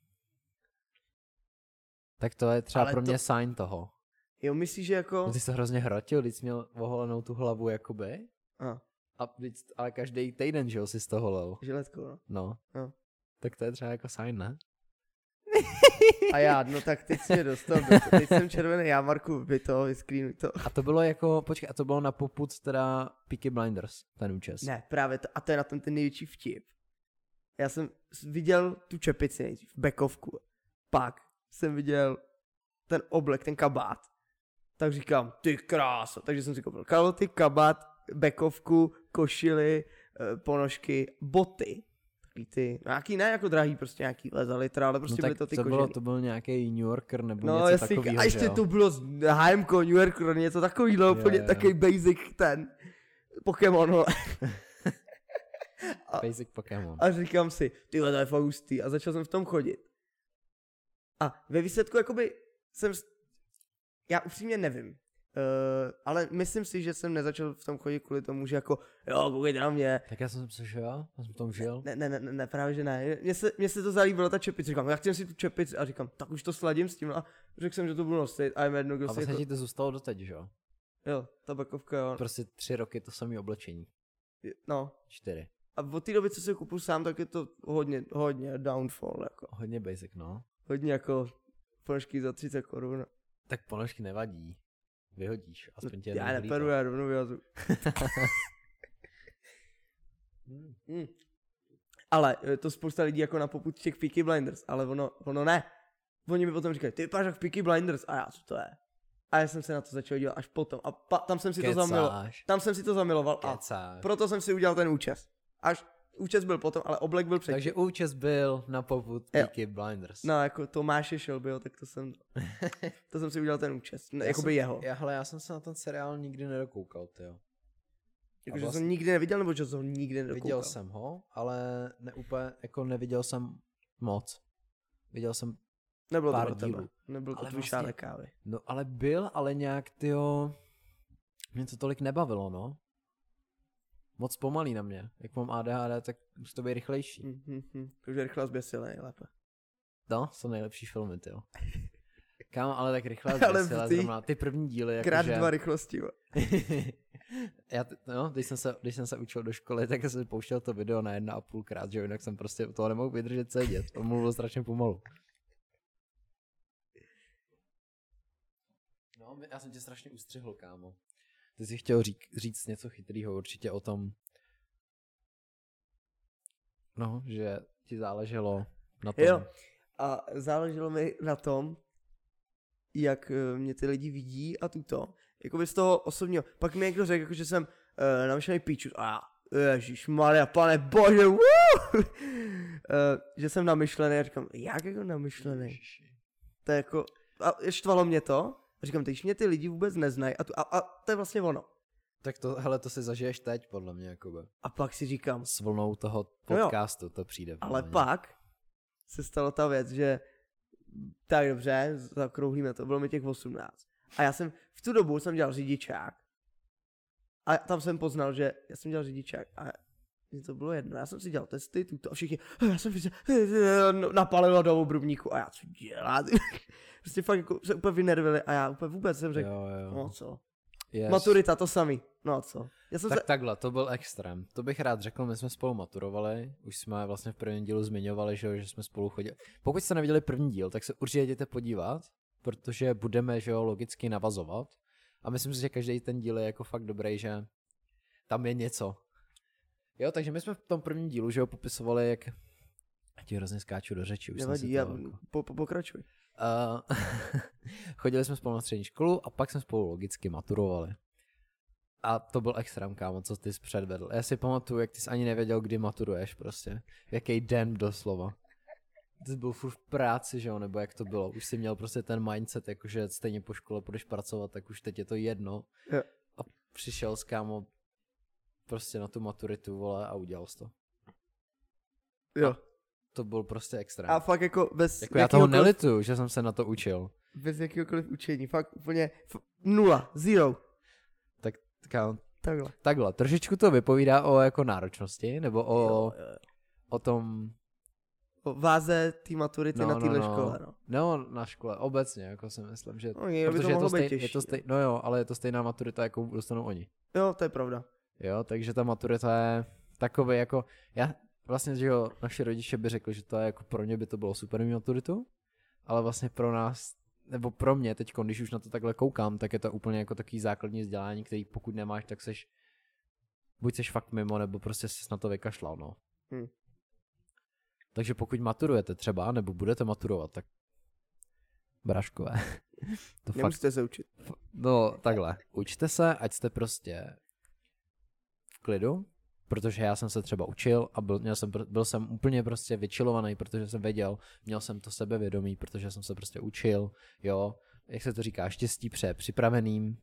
Tak to je třeba Ale pro mě to- sign toho. Jo, myslíš, že jako, No, ty jsi to hrozně hrotil, když jsi měl oholenou tu hlavu jakoby. a, A vždyť, ale každý týden, že jo, si z toho holel. žiletkou, no. No. No. Tak to je třeba jako sign, ne? A já, no tak teď jsi mě dostal, do, teď jsem červený, já Marku, vy to, vyscreenuj to. A to bylo jako, počkej, a to bylo na popud teda Peaky Blinders, ten účes. Ne, právě to, a to je na tom ten největší vtip. Já jsem s- viděl tu čepici nejdřív, bekovku, pak jsem viděl ten oblek, ten kabát. Tak říkám, ty krása, takže jsem si koupil kalhoty, kabát, bekovku, košily, eh, ponožky, boty. Takový ty, no nějaký ne jako drahý, prostě nějaký leza litra, ale prostě no byly tak to ty to kožený. bylo, to byl nějaký New Yorker nebo No něco jasně, takového, a ještě že jo? to bylo z H M New Yorker, něco takovýhle, Jo, úplně jo. takový basic ten Pokémon, vole. a, Basic Pokémon. a říkám si, tyhle, to je fakt hustý. A začal jsem v tom chodit. A ve výsledku jakoby jsem, já upřímně nevím, uh, ale myslím si, že jsem nezačal v tom chodit kvůli tomu, že jako, jo, koukejte na mě. Tak já jsem si že jo, já jsem v tom žil. Ne, ne, ne, ne, právě že ne. Mně se, mně se to zalíbilo, ta čepice. Říkám, já chci si tu čepici a říkám, tak už to sladím s tím. No a řekl jsem, že to budu nosit a je jedno, kdo A si vlastně jako, ti to zůstalo doteď, že jo? jo, ta bakovka, jo. Prostě tři roky to samé oblečení. No. Čtyři. A od té doby, co si kupuju sám, tak je to hodně, hodně downfall, jako. Hodně basic, no. Hodně jako ponožky za třicet korun. Tak ponožky nevadí. Vyhodíš, aspoň tě Já neperu, já rovnou vyhazu. hmm. hmm. Ale to spousta lidí jako na popud těch Peaky Blinders, ale ono, ono ne. Oni mi potom říkají, ty vypadáš jak Peaky Blinders, a já, co to je? A já jsem se na to začal dívat až potom. A pa, tam jsem si Kecáš. to zamiloval. Tam jsem si to zamiloval a Kecáš. proto jsem si udělal ten účes. Až účes byl potom, ale oblek byl předtím. Takže účes byl na popud Peaky Blinders. No, jako Tomáše Šelbyho, tak to jsem, to jsem si udělal ten účes. Ne, jakoby jsem, jeho. Já, hele, já jsem se na ten seriál nikdy nedokoukal, tyjo. Jakože vlastně, jsem nikdy neviděl, nebo že jsem ho nikdy nedokoukal? Viděl jsem ho, ale ne úplně, jako neviděl jsem moc. Viděl jsem Nebylo pár to pro dílů. tebe. Nebyl to Ale tvůj vlastně- šálek kávy. No ale byl, ale nějak, tyjo, mě to tolik nebavilo, no. Moc pomalý na mě. Jak mám A D H D, tak musí to být rychlejší. Hm, hm, hm. Takže rychle zběsil nejlépe. No, jsou nejlepší filmy, tyjo. Kámo, ale tak rychle Ale zběsila ty- zrovna ty první díly, Krát jakože... dva rychlosti. jo. Já, t- no, když jsem, se, když jsem se učil do školy, tak jsem pouštěl to video na jedna a půl krát, že jo, jinak jsem prostě toho nemohl vydržet sedět. On mluvil strašně pomalu. No, já jsem tě strašně ustřihl, kámo. Ty jsi chtěl řík, říct něco chytrýho určitě o tom, no, že ti záleželo na tom. Jo. A záleželo mi na tom, jak eh, mě ty lidi vidí a tuto. Jakoby z toho osobního. Pak mi někdo řekl, jako, že jsem uh, namyšlený píču. A já, ježišmarja, pane bože, uh, že jsem namyšlený. A říkám, jak jako namyšlený? To je jako, a štvalo mě to. A říkám, teď mě ty lidi vůbec neznají. A, tu, a, a to je vlastně ono. Tak to, hele, to si zažiješ teď, podle mě, jakoby. A pak si říkám, S vlnou toho No jo. podcastu to přijde. podle ale mě. pak se stala ta věc, že tak dobře, zakrouhlíme to, bylo mi těch osmnáct. A já jsem, v tu dobu jsem dělal řidičák. A tam jsem poznal, že já jsem dělal řidičák a mně to bylo jedno. Já jsem si dělal testy, tuto a všichni, já jsem si napalil do obrubníku a já co dělat? Prostě fakt jako se úplně vynervili a já úplně vůbec jsem řekl, Jo, jo. no co? Yes. Maturita, to samý, no a co? Já jsem Tak se, takhle, to byl extrém. To bych rád řekl, my jsme spolu maturovali, už jsme vlastně v prvním dílu zmiňovali, že, jo, že jsme spolu chodili. Pokud jste neviděli první díl, tak se určitě jděte podívat, protože budeme, že jo, logicky navazovat. A myslím si, že každý ten díl je jako fakt dobrý, že tam je něco. Jo, takže my jsme v tom prvním dílu, že jo, popisovali, jak... Já ti hrozně skáču do řeči, už nevadí, jsem si já, to... Jako... po, po, pokračuj. Uh, chodili jsme spolu na střední školu a pak jsme spolu logicky maturovali. A to byl extrém, kámo, co ty jsi předvedl. Já si pamatuju, jak ty jsi ani nevěděl, kdy maturuješ prostě. Jaký den doslova. Ty jsi byl furt v práci, že jo, nebo jak to bylo. Už jsi měl prostě ten mindset, jakože stejně po škole budeš pracovat, tak už teď je to jedno. Jo. A přišel s kámo prostě na tu maturitu, vole, a udělal jsi to. Jo. To byl prostě extrém. A fakt jako bez Jako já toho jakýhokoliv- nelituju, že jsem se na to učil. Bez jakéhokoliv učení, fakt úplně f- nula, zero. Tak kámo, Takhle. takhle, trošičku to vypovídá o jako náročnosti, nebo o, Jo, jo. o tom, O váze té maturity No, na no, téhle no. škole, no. no na škole, obecně, jako si myslím, že, No, někdo by to protože je mohlo to, být stej, je těžší, to stej, no jo, ale je to stejná maturita, jako dostanou oni, Jo, to je pravda. jo, takže ta maturita je takový jako, já vlastně, že jo, naši rodiče by řekli, že to je jako pro ně by to bylo super mít maturitu, ale vlastně pro nás, nebo pro mě teď, když už na to takhle koukám, tak je to úplně jako takový základní vzdělání, který pokud nemáš, tak seš, buď seš fakt mimo, nebo prostě ses na to vykašlal, no. Hm. Takže pokud maturujete třeba, nebo budete maturovat, tak braškové. To fakt, Nemusíte se učit. no takhle, učte se, ať jste prostě v klidu, protože já jsem se třeba učil a byl, měl jsem, byl jsem úplně prostě vyčilovaný, protože jsem věděl, měl jsem to sebevědomí, protože jsem se prostě učil, jo, jak se to říká, štěstí pře připraveným.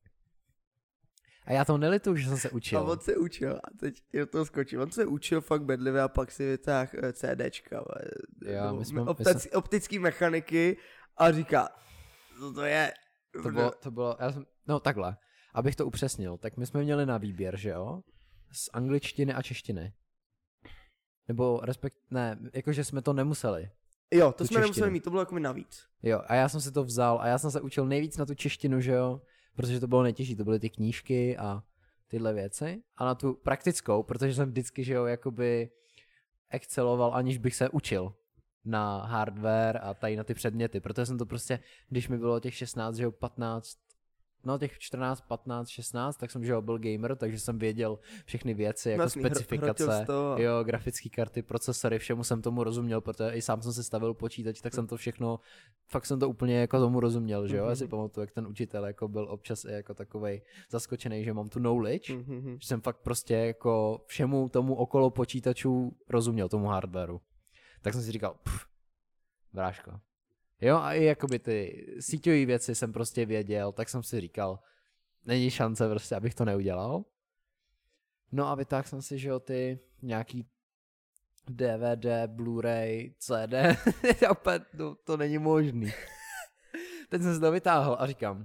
A já to nelituju, že jsem se učil. A on se učil a teď je to skočil. On se učil fakt bedlivě a pak si vytáhl CDčka. Jo, nebo my jsme- optický, my optický mechaniky A říká, co to je? To bylo, to bylo, já jsem, no takhle, abych to upřesnil, tak my jsme měli na výběr, že jo, z angličtiny a češtiny. Nebo respekt, ne, jakože jsme to nemuseli. Jo, to tu jsme češtinu. nemuseli mít, to bylo jako mi navíc. Jo, a já jsem si to vzal a já jsem se učil nejvíc na tu češtinu, že jo, protože to bylo nejtěžší, to byly ty knížky a tyhle věci. A na tu praktickou, protože jsem vždycky, že jo, jakoby exceloval, aniž bych se učil na hardware a tady na ty předměty, protože jsem to prostě, když mi bylo těch šestnáct, že jo, patnáct, no těch čtrnáct, patnáct, šestnáct, tak jsem, že jo, byl gamer, takže jsem věděl všechny věci, jako Jasný, specifikace, a... jo, grafické karty, procesory, všemu jsem tomu rozuměl, protože i sám jsem si stavil počítač, tak jsem to všechno, fakt jsem to úplně jako tomu rozuměl, že jo, mm-hmm. já si pamatuju, jak ten učitel jako byl občas i jako takovej zaskočený, že mám tu knowledge, mm-hmm. že jsem fakt prostě jako všemu tomu okolo počítačů rozuměl, tomu hardwareu. Tak jsem si říkal, pff, bráško. Jo, a i jakoby ty síťové věci jsem prostě věděl, tak jsem si říkal, není šance prostě, abych to neudělal. No a vytáhl jsem si, že jo, ty nějaký D V D, Blu-ray, C D, opět, no, to není možný. Teď jsem si to vytáhl a říkám,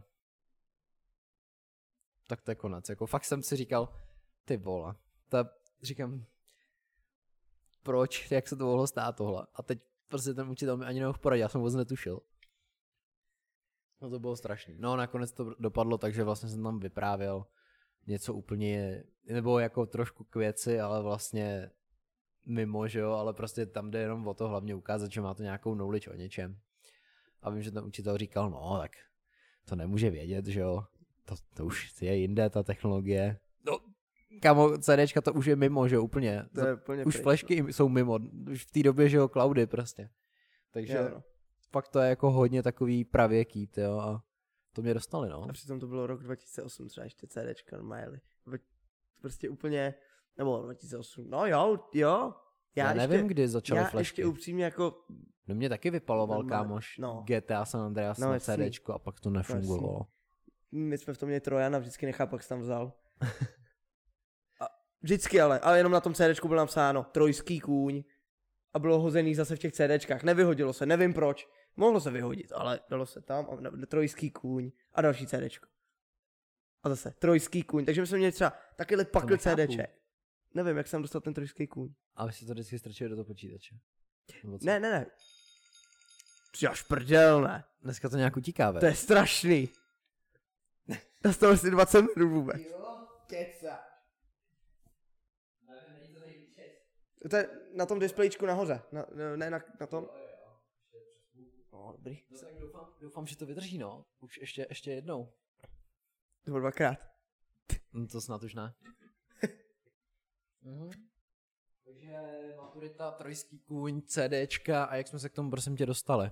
tak to je konec, jako fakt jsem si říkal, ty vole, ta, říkám, proč, jak se to mohlo stát tohle. A teď prostě ten učitel mi ani nemohl poradit, já jsem vůbec netušil. No to bylo strašný. No nakonec to dopadlo tak, že vlastně jsem tam vyprávěl něco úplně, nebo jako trošku k věci, ale vlastně mimo, že jo, ale prostě tam jde jenom o to hlavně ukázat, že máte nějakou knowledge o něčem. A vím, že ten učitel říkal, no tak to nemůže vědět, že jo, to, to už je jinde ta technologie. No, kámo, CDčka to už je mimo, že jo, úplně. To je úplně už pryč, flashky no. Jsou mimo, už v té době, že jo, cloudy prostě. Takže jo, no. Fakt to je jako hodně takový pravěký, jo, a to mě dostali, no. A přitom to bylo rok dva tisíce osm, třeba ještě CDčka normálně. Prostě úplně, nebo dva tisíce osm, no jo, jo. Já, já nevím, ještě, kdy začaly já flashky. Já ještě upřímně jako... No mě taky vypaloval, kámoš, no. G T A San Andreas no, na CDčko a pak to nefungovalo. No, my jsme v tom měli Trojana, vždycky nechápu, jak jsi tam vzal. A vždycky ale, ale jenom na tom CDčku bylo napsáno Trojský kůň a bylo hozený zase v těch CDčkách. Nevyhodilo se, nevím proč. Mohlo se vyhodit, ale dalo se tam a Trojský kůň a další CDčko. A zase Trojský kůň, takže my jsme měli třeba takovýhle pakl CDček. Nevím, jak jsem dostal ten Trojský kůň. A vy si to vždycky strčili do toho počítače. Ne, ne, ne. Jsi až prdel, ne. Dneska to nějak utíká, ve. To je strašný. Dostal si dvacet minut vůbec. Jo, keca. To je na tom displejčku nahoře, na, ne na, na tom. No, dobrý. No, tak doufám, doufám, že to vydrží, no. Už ještě, ještě jednou. To bylo dvakrát. No to snad už ne. mhm. Takže maturita, Trojský kůň, CDčka a jak jsme se k tomu prosím tě dostali?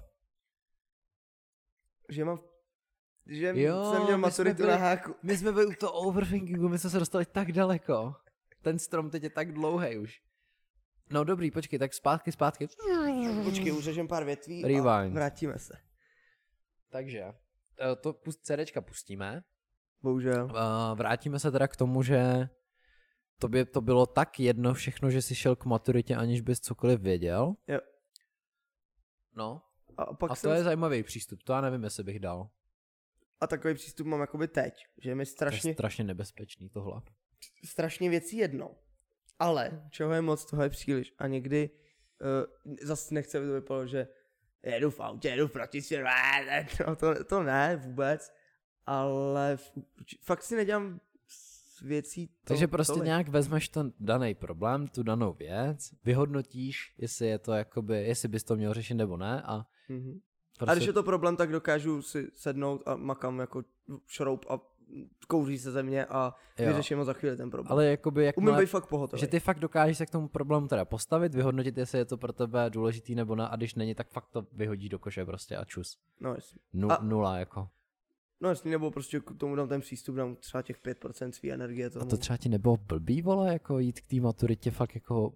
Že mám, že jo, jsem měl maturitu byli, na háku. My jsme byli u toho overthinkingu, my jsme se dostali tak daleko. Ten strom teď je tak dlouhej už. No dobrý, počkej, tak zpátky, zpátky. Počkej, uřežem pár větví Rewind. A vrátíme se. Takže, to CDčka pustíme. Bohužel. Vrátíme se teda k tomu, že tobě to bylo tak jedno všechno, že jsi šel k maturitě, aniž bys cokoliv věděl. Jo. No. A, pak a to jsem... je zajímavý přístup, to já nevím, jestli bych dal. A takový přístup mám jakoby teď, že mi strašně... To je strašně nebezpečný tohle. Strašně věcí jedno. Ale čeho je moc, toho je příliš. A někdy uh, zase nechce, aby to vypadalo, že jedu v autě, jedu v Bratislavě, no to, to ne vůbec. Ale fakt si nedělám věcí to, Takže prostě tolik. Nějak vezmeš ten daný problém, tu danou věc, vyhodnotíš, jestli je to jakoby, jestli bys to měl řešit nebo ne a... Mm-hmm. Prostě... A když je to problém, tak dokážu si sednout a makám jako šroub a kouří se ze mě a jo. Vyřeším ho za chvíli ten problém. Ale jakoby jak umím být fakt pohotový. Že ty fakt dokážeš se k tomu problému teda postavit, vyhodnotit, jestli je to pro tebe důležitý nebo ne, a když není, tak fakt to vyhodíš do koše prostě a čus. No jasně. Nu, a... Nula jako. No jasně, nebo prostě k tomu dám ten přístup, dám třeba těch pět procent svý energie tomu. A to třeba ti nebylo blbý, vole, jako jít k té maturitě fakt jako...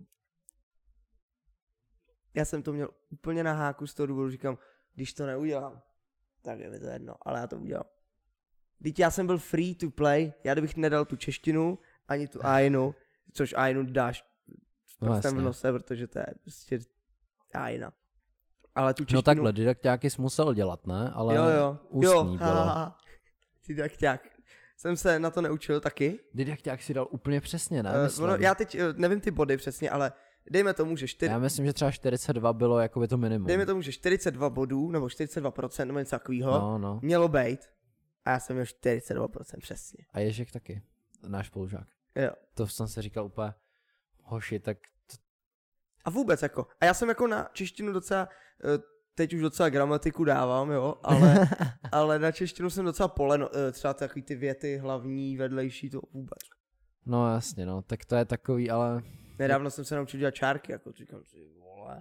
Já jsem to měl úplně na háku z toho důvodu, říkám, když to neudělám, tak je mi to jedno, ale já to udělám. Vždyť já jsem byl free to play, já kdybych nedal tu češtinu, ani tu ajnu, což ajnu dáš no, v nose, protože to je prostě ajna. Ale tu češtinu... No takhle, didakťáky jsi musel dělat, ne? Ale jo, jo. ústní jo, bylo. ha, ha. Didakťák. Jsem se na to neučil taky. Didakťák si dal úplně přesně, ne? Uh, ono, já teď uh, nevím ty body přesně, ale dejme tomu, že čtyři... Já myslím, že třeba čtyřicet dva bylo jakoby to minimum. Dejme tomu, že čtyřicet dva bodů, nebo čtyřicet dva procent, nebo něco takového, no, no. mělo být. A já jsem měl čtyřicet dva procent přesně. A Ježek taky, náš spolužák. Jo. To jsem si říkal úplně, hoši, tak... To... A vůbec jako, a já jsem jako na češtinu docela, teď už docela gramatiku dávám, jo, ale, ale na češtinu jsem docela poleno, třeba takový ty věty hlavní, vedlejší, to vůbec. No jasně, no, tak to je takový, ale... Nedávno jsem se naučil dělat čárky, jako říkám si, vole.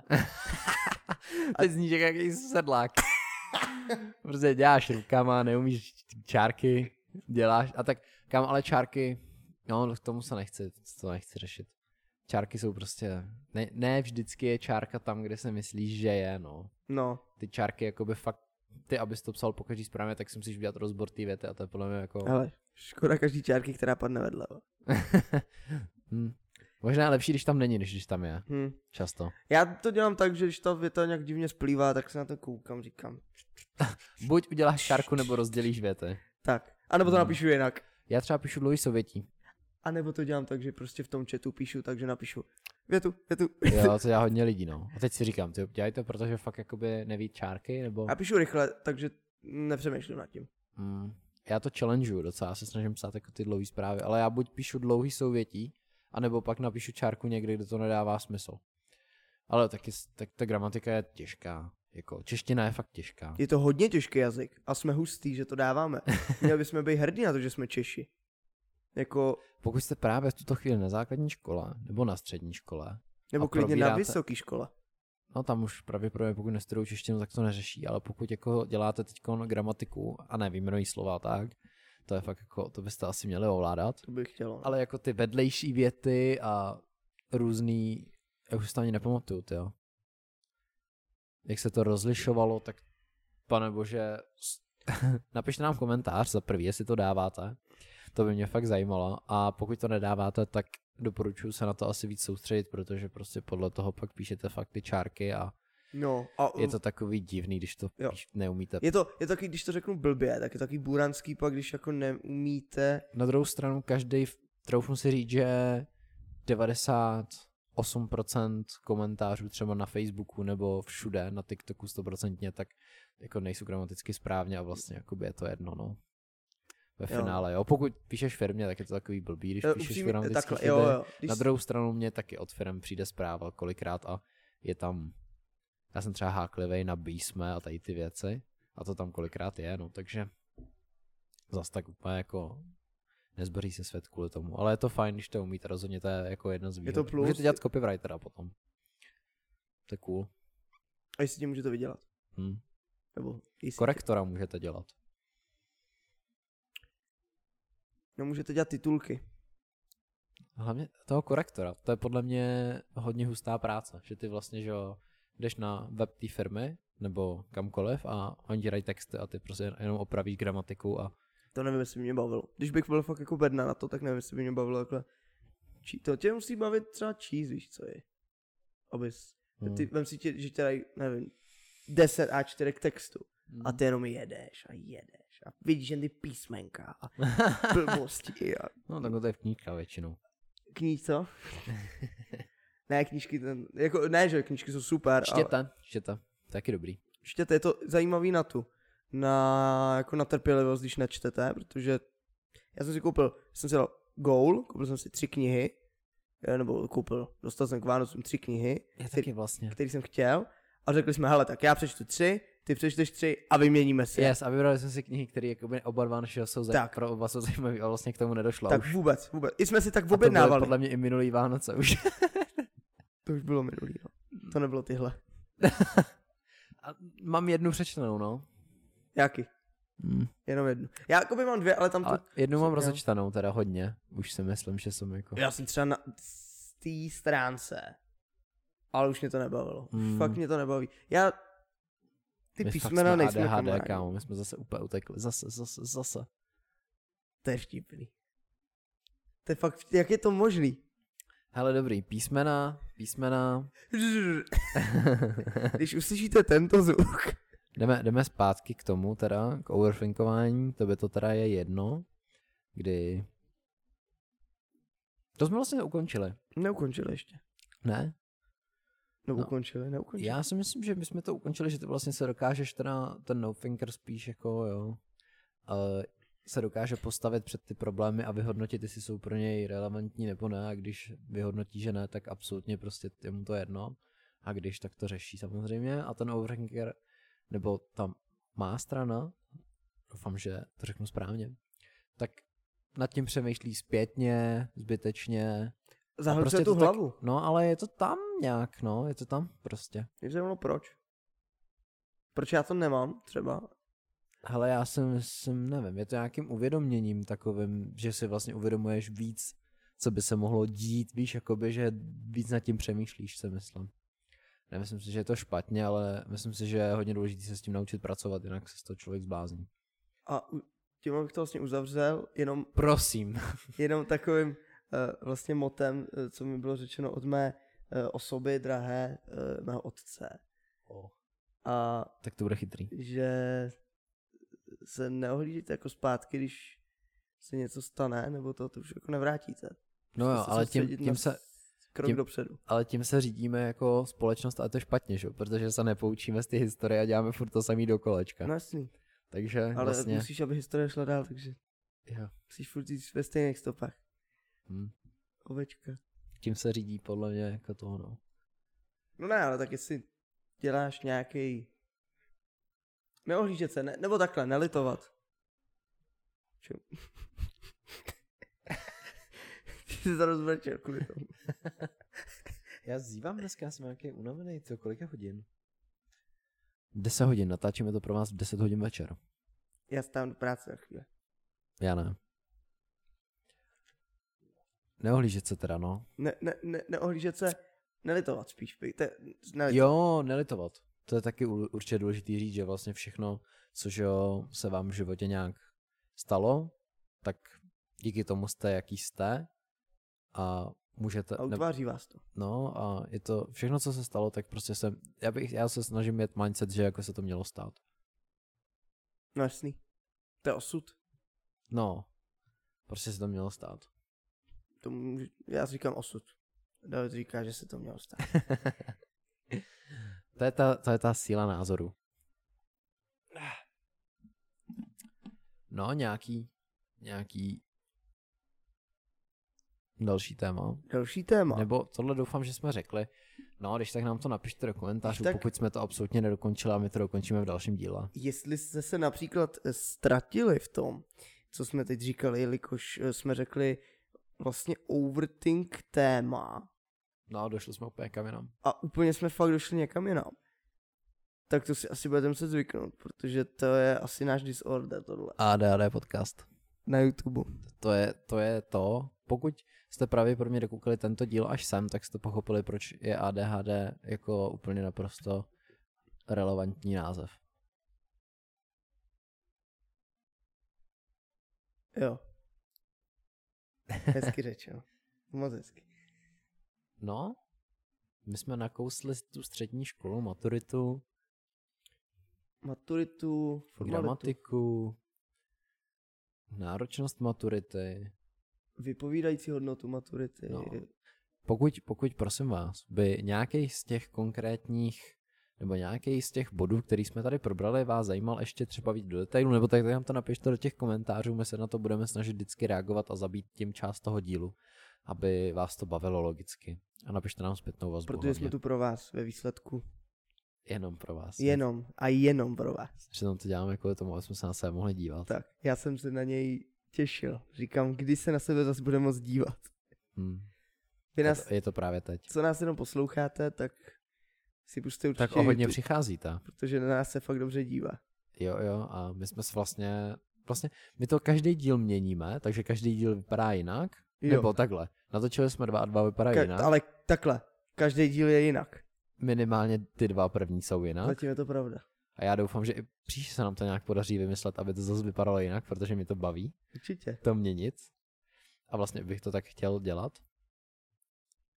Teď zníš jak jaký sedlák. Prostě děláš rukama, neumíš čárky, děláš, a tak kam ale čárky, no k tomu se nechci, to nechci řešit. Čárky jsou prostě, ne, ne vždycky je čárka tam, kde se myslíš, že je, no. No. Ty čárky jakoby fakt, ty abys to psal pokaždý správně, tak si musíš udělat rozbor té věty a to je podle mě jako... Ale škoda každý čárky, která padne vedle. hmm. Možná lepší, když tam není, než když tam je. Hmm. Často. Já to dělám tak, že když ta věta nějak divně splývá, tak se na to koukám, říkám. Buď uděláš čárku, nebo rozdělíš věty. Tak. A nebo to hmm. napíšu jinak. Já třeba píšu dlouhý sovětí. A nebo to dělám tak, že prostě v tom chatu píšu, takže napíšu větu, větu. Jo, to dělá hodně lidí, no. A teď si říkám, ty dělají to, protože fakt jakoby neví čárky, nebo... Já píšu rychle, takže nepřemýšlím nad tím. Hmm. Já to challengeuju docela, já se snažím psát jako ty dlouhý zprávy, ale já buď píšu dlouhý souvětí, anebo pak napíšu čárku někde, kde to nedává smysl. Ale taky, tak ta gramatika je těžká. Jako, čeština je fakt těžká. Je to hodně těžký jazyk a jsme hustý, že to dáváme. Měli bychom být hrdí na to, že jsme Češi. Jako... Pokud jste právě v tuto chvíli na základní škole, nebo na střední škole. Nebo klidně probíráte... na vysoké škole. No tam už pravděpodobně, pokud nestudují češtinu, tak to neřeší, ale pokud jako děláte teď gramatiku a ne výjmenový slova, tak to je fakt jako, to byste asi měli ovládat. To bych chtěl. No. Ale jako ty vedlejší věty a různý, já už si to ani nepamatuju, tyjo. Jak se to rozlišovalo, tak pane bože, napište nám komentář za prvý, jestli to dáváte. To by mě fakt zajímalo a pokud to nedáváte, tak doporučuji se na to asi víc soustředit, protože prostě podle toho pak píšete fakt ty čárky a, no, a je to takový divný, když to píš, neumíte. Je to, je to taky, když to řeknu blbě, tak je to takový buranský pak, když jako neumíte. Na druhou stranu každý, troufnu si říct, že devadesát osm procent komentářů třeba na Facebooku nebo všude, na TikToku sto procent, tak jako nejsou gramaticky správně a vlastně jakoby je to jedno, no. Ve finále, jo. jo. Pokud píšeš firmě, tak je to takový blbý, když jo, píšeš gramaticky chyby. Jo, jo. Když... Na druhou stranu mě taky od firm přijde zpráva kolikrát a je tam, já jsem třeba háklivej na bísme a tady ty věci a to tam kolikrát je, no, takže zas tak úplně jako nezboří se svět kvůli tomu, ale je to fajn, když to umíte, rozhodně to je jako jedno z výhod. Je to plus. Můžete dělat copywritera potom. To je cool. A jestli tím můžete vydělat. Hmm. Nebo korektora tě... můžete dělat. No můžete dělat titulky. Hlavně toho korektora, to je podle mě hodně hustá práce, že ty vlastně, že jdeš na web té firmy, nebo kamkoliv a oni dělají texty a ty prostě jenom opravíš gramatiku a... To nevím, jestli by mě bavilo. Když bych byl fakt jako bedna na to, tak nevím, jestli by mě bavilo takhle. Či... To tě musí bavit třeba cheese, víš co je. Abys... Hmm. Ty, vem si tě, že tě dají, nevím, deset á čtyři k textu hmm. a ty jenom jedeš a jedeš. A vidíš jen ty písmenka a blbosti. A... No tak to je v knížka většinou. Kníž co? Ne, knížky, ten, jako, ne, že knížky jsou super. Čtěte, ale... čtěte, taky dobrý. Čtěte, je to zajímavý na tu, na, jako na trpělivost, když nečtete, protože já jsem si koupil, jsem si dal goal, koupil jsem si tři knihy, nebo koupil, dostal jsem k Vánocům tři knihy, já který, taky vlastně. který jsem chtěl a řekli jsme, hele, tak já přečtu tři, ty přečteš tři a vyměníme si. Yes, a vybrali jsme si knihy, které jakoby oba dva naše jsou zaj- pro oba jsou zajímavé a vlastně k tomu nedošlo. Tak už. vůbec, vůbec. I jsme si tak objednávali. A to objednávali. bylo podle mě i minulý Vánoce už. To už bylo minulý, no. To nebylo tyhle. A mám jednu přečtenou, no. Jaký? Hmm. Jenom jednu. Já jakoby mám dvě, ale tam a tu... jednu mám rozečtenou, teda hodně. Už si myslím, že jsem jako... Já jsem třeba na té stránce, ale už mě to nebavilo. Hmm. Fakt mě to nebaví. Já... Ty my písmena nejsme A D H D, kámo, my jsme zase úplně utekli. Zase, zase, zase. To je vtipný. To je fakt, jak je to možný? Hele, dobrý, písmena, písmena. Když uslyšíte tento zvuk. Jdeme, jdeme zpátky k tomu teda, k overthinkování, to by to teda je jedno, kdy... To jsme vlastně ukončili. Neukončili ještě. Ne? No, No. ukončili, neukončili. Já si myslím, že my jsme to ukončili, že ty vlastně se dokážeš teda, ten no thinker spíš jako jo, ale se dokáže postavit před ty problémy a vyhodnotit, jestli jsou pro něj relevantní nebo ne, a když vyhodnotí, že ne, tak absolutně prostě je mu to jedno, a když, tak to řeší samozřejmě, a ten overthinker, nebo ta má strana, doufám, že to řeknu správně, tak nad tím přemýšlí zpětně, zbytečně. Zahlcuje prostě tu to hlavu. Tak, no, ale je to tam nějak, no, je to tam prostě. Mě zajímalo proč. Proč já to nemám třeba? Hele, já si myslím, nevím, je to nějakým uvědoměním takovým, že si vlastně uvědomuješ víc, co by se mohlo dít, víš, jakoby, že víc nad tím přemýšlíš, si myslím. Nemyslím si, že je to špatně, ale myslím si, že je hodně důležité se s tím naučit pracovat, jinak se z toho člověk zblázní. A u- tím bych to vlastně uzavřel jenom, Prosím. jenom takovým uh, vlastně motem, uh, co mi bylo řečeno od mé uh, osoby drahé, uh, mého otce. Oh. A Tak to bude chytrý. že se neohlížíte jako zpátky, když se něco stane, nebo to, to už jako nevrátíte. No jo, Prostě ale tím, soustředit tím na se... krok tím- dopředu. Ale tím se řídíme jako společnost a to je špatně, že? Protože se nepoučíme z té historie a děláme furt to samý do kolečka. No jasný, Takže ale vlastně... musíš, aby historie šla dál, takže Jo. musíš furt jít ve stejných stopách. Hm. Ovečka. Tím se řídí podle mě jako to, no. No ne, ale tak jestli děláš nějaký neohlížet se, ne, nebo takhle, nelitovat. Čím? Ty jsi to rozbrečel kvůli tomu. Já zívám dneska, já jsem nějaký unavený, co, kolik je hodin? deset hodin, natáčíme to pro vás v deset hodin večer. Já stávám do práce na chvíli. Já ne. Neohlížet se teda, no. Ne, ne, ne, neohlížet se, nelitovat spíš. Te, nelitovat. Jo, nelitovat. To je taky u- určitě důležitý říct, že vlastně všechno, co že jo, se vám v životě nějak stalo, tak díky tomu jste, jaký jste a můžete... A ne- utváří vás to. No a je to, všechno, co se stalo, tak prostě jsem, já, bych, já se snažím mít mindset, že jako se to mělo stát. No jasný. To je osud. No, prostě se to mělo stát. To může, já říkám osud. David říká, že se to mělo stát. to, je ta, to je ta síla názoru. No, nějaký, nějaký další téma. Další téma. Nebo tohle doufám, že jsme řekli. No, když tak nám to napište do komentářů, Tak- pokud jsme to absolutně nedokončili a my to dokončíme v dalším díle. Jestli jste se například eh, ztratili v tom, co jsme teď říkali, jelikož eh, jsme řekli vlastně overthink téma No a došli jsme úplně kam jinam. a úplně jsme fakt došli někam jinam, tak to si asi budete muset zvyknout, protože to je asi náš disorder tohle. A D H D podcast. Na YouTube. To je, to je to. Pokud jste právě pro mě dokoukali tento díl až sem, tak jste pochopili, proč je A D H D jako úplně naprosto relevantní název. Jo. Hezky řečeno. Moc hezky. No, my jsme nakousli tu střední školu, maturitu, Maturitu, furt formalitu, gramatiku, náročnost maturity. vypovídající hodnotu maturity. No. Pokud, pokud, prosím vás, by nějaký z těch konkrétních, nebo nějaký z těch bodů, který jsme tady probrali, vás zajímal ještě třeba víc do detailu, nebo tak, tak nám to napište do těch komentářů, my se na to budeme snažit vždycky reagovat a zabít tím část toho dílu, aby vás to bavilo logicky. A napište nám zpětnou vazbu. Protože hlavně. jsme tu pro vás ve výsledku. Jenom pro vás. Jenom a jenom pro vás. Přitom to děláme kvůli tomu, aby jsme se na sebe mohli dívat. Tak, já jsem se na něj těšil. Říkám, kdy se na sebe zase bude moc dívat. Hmm. Vy Je, nás, to, je to právě teď. co nás jenom posloucháte, tak si pusťte určitě Tak o hodně YouTube, přicházíte. protože na nás se fakt dobře dívá. Jo, jo, a my jsme se vlastně, vlastně, my to každý díl měníme, takže každý díl vypadá jinak, Jo. nebo takhle. Natočili jsme dva a dva vypadají Ka- jinak, ale takhle, každý díl je jinak. minimálně ty dva první jsou jinak. Zatím je to pravda. A já doufám, že i příště se nám to nějak podaří vymyslet, aby to zase vypadalo jinak, protože mi to baví, Určitě. to měnit. A vlastně bych to tak chtěl dělat.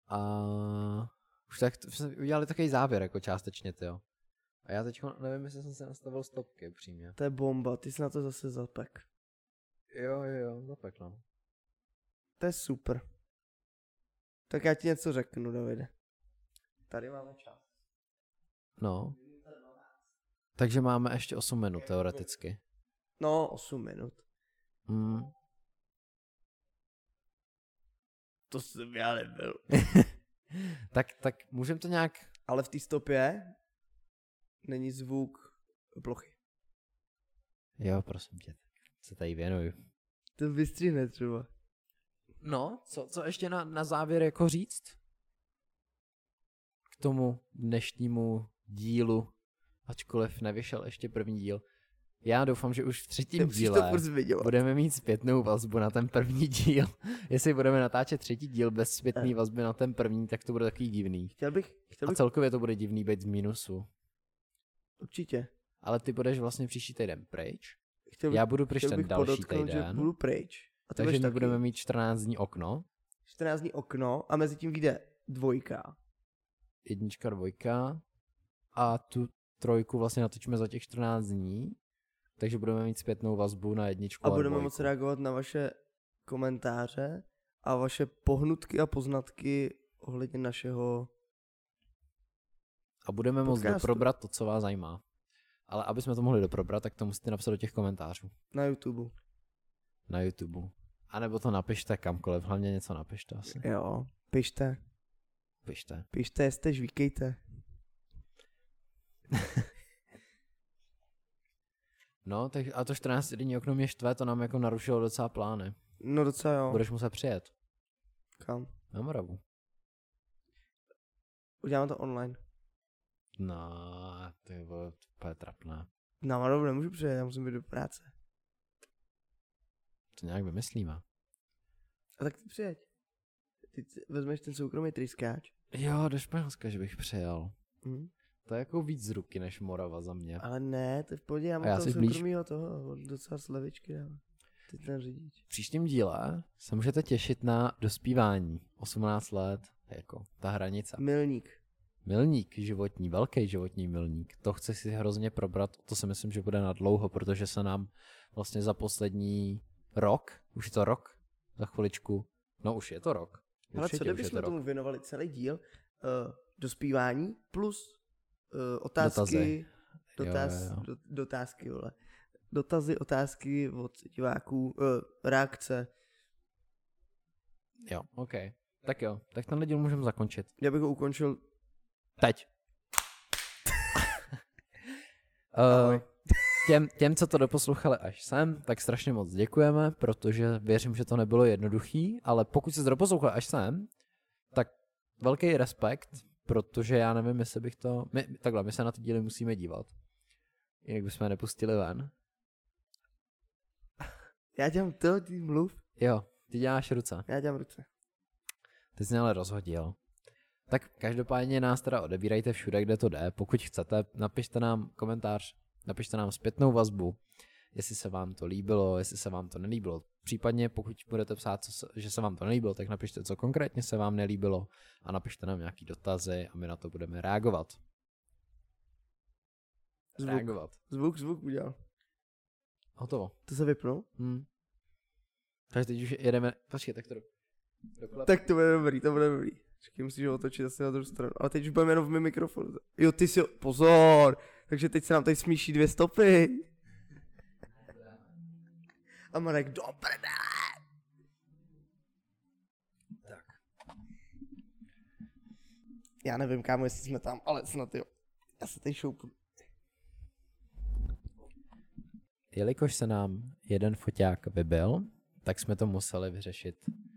A už tak jsme udělali takový závěr, jako částečně, tyjo. A já teď nevím, jestli jsem se nastavil stopky, upřímně. To je bomba, ty jsi na to zase zapek. Jo, jo, jo, zapek, no. To je super. Tak já ti něco řeknu, Davide. Tady máme čas. No. Takže máme ještě osm minut, teoreticky. No, osm minut. Hmm. To jsem já nebyl. tak, tak můžeme to nějak... Ale v té stopě není zvuk plochy. Jo, prosím tě, se tady věnuju. To vystřihne třeba. No, co, co ještě na, na závěr jako říct? K tomu dnešnímu dílu, ačkoliv nevyšel ještě první díl. Já doufám, že už v třetím díle budeme mít zpětnou vazbu na ten první díl. Jestli budeme natáčet třetí díl bez zpětné vazby na ten první, tak to bude takový divný. Chtěl bych, chtěl bych... A celkově to bude divný být z mínusu. Určitě. Ale ty budeš vlastně příští týden pryč. Chtěl bych, Já budu pryč ten další týden. Že budu pryč. A takže my budeme mít čtrnáct dní okno. čtrnáct dní okno a mezi tím vyjde dvojka. Jednička, dvojka. A tu trojku vlastně natočíme za těch čtrnáct dní. Takže budeme mít zpětnou vazbu na jedničku a, a budeme dvojku. moci reagovat na vaše komentáře a vaše pohnutky a poznatky ohledně našeho a budeme moct doprobrat to, co vás zajímá. Ale aby jsme to mohli doprobrat, tak to musíte napsat do těch komentářů. Na YouTube. Na YouTube. A nebo to napište kamkoliv, hlavně něco napište asi. Jo, pište. Pište. Pište, jste, žvíkejte. No, tak a to čtrnáct denní okno mě štve, to nám jako narušilo docela plány. No docela jo. Budeš muset přijet. Kam? Na Moravu. Uděláme to online. No, to je úplně trapné. Na Moravu nemůžu přijet, já musím být do práce. To nějak vymyslíme. A tak ty přijeď. Ty vezmeš ten soukromý tryskáč. Jo, do Španělska, že bych přijel. Hmm? To je jako víc z ruky než Morava za mě. Ale ne, to je v pohodě, já mám toho soukromýho toho, docela slevičky dává. Ty ten řidič. V příštím díle se můžete těšit na dospívání. osmnáct let, jako ta hranice. Milník. Milník životní, velký životní milník. To chci si hrozně probrat, to si myslím, že bude na dlouho, protože se nám vlastně za poslední rok, už je to rok, za chviličku, no už je to rok. Ale co kdybychom tomu věnovali celý díl, uh, dospívání plus uh, otázky, dotaz, jo, jo, jo. Do, dotázky, vole. Dotazy, otázky od diváků, uh, reakce. Jo, ok. Tak jo, tak tenhle díl můžeme zakončit. Já bych ho ukončil teď. uh, těm, těm, co to doposlouchali až sem, tak strašně moc děkujeme, protože věřím, že to nebylo jednoduchý, ale pokud jsi to doposlouchal až sem, tak velký respekt, protože já nevím, jestli bych to... My, takhle, my se na ty díly musíme dívat. Jinak bychom je nepustili ven. Já dělám to, ty mluv. Jo, ty děláš ruce. Já dělám ruce. Ty jsi mě ale rozhodil. Tak každopádně nás teda odebírajte všude, kde to jde. Pokud chcete, napište nám komentář, napište nám zpětnou vazbu, jestli se vám to líbilo, jestli se vám to nelíbilo. Případně pokud budete psát, co se, že se vám to nelíbilo, tak napište, co konkrétně se vám nelíbilo a napište nám nějaký dotazy a my na to budeme reagovat. Zvuk. Reagovat. Zvuk, zvuk udělal. Hotovo. To se vypnul? Hmm. Takže teď už jedeme, počkej, tak to do... Tak to bude dobrý, to bude dobrý. Počkej, musíš ho otočit asi na druhou stranu. Ale teď už budeme jenom v mém mikrofonu. Jo, ty si, pozor! Takže teď se nám tady smíší dvě stopy. A Marek, do prdele! Tak. Já nevím, kámo, jestli jsme tam, ale snad jo. Já se tady šoupnu. Jelikož se nám jeden foťák vybil, tak jsme to museli vyřešit.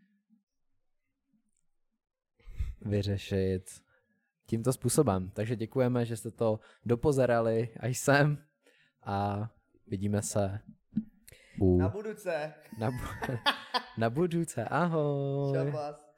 Vyřešit tímto způsobem. Takže děkujeme, že jste to dopozerali až sem a vidíme se u... Na budouce. Na, bu... na budouce. Ahoj. Čau vás.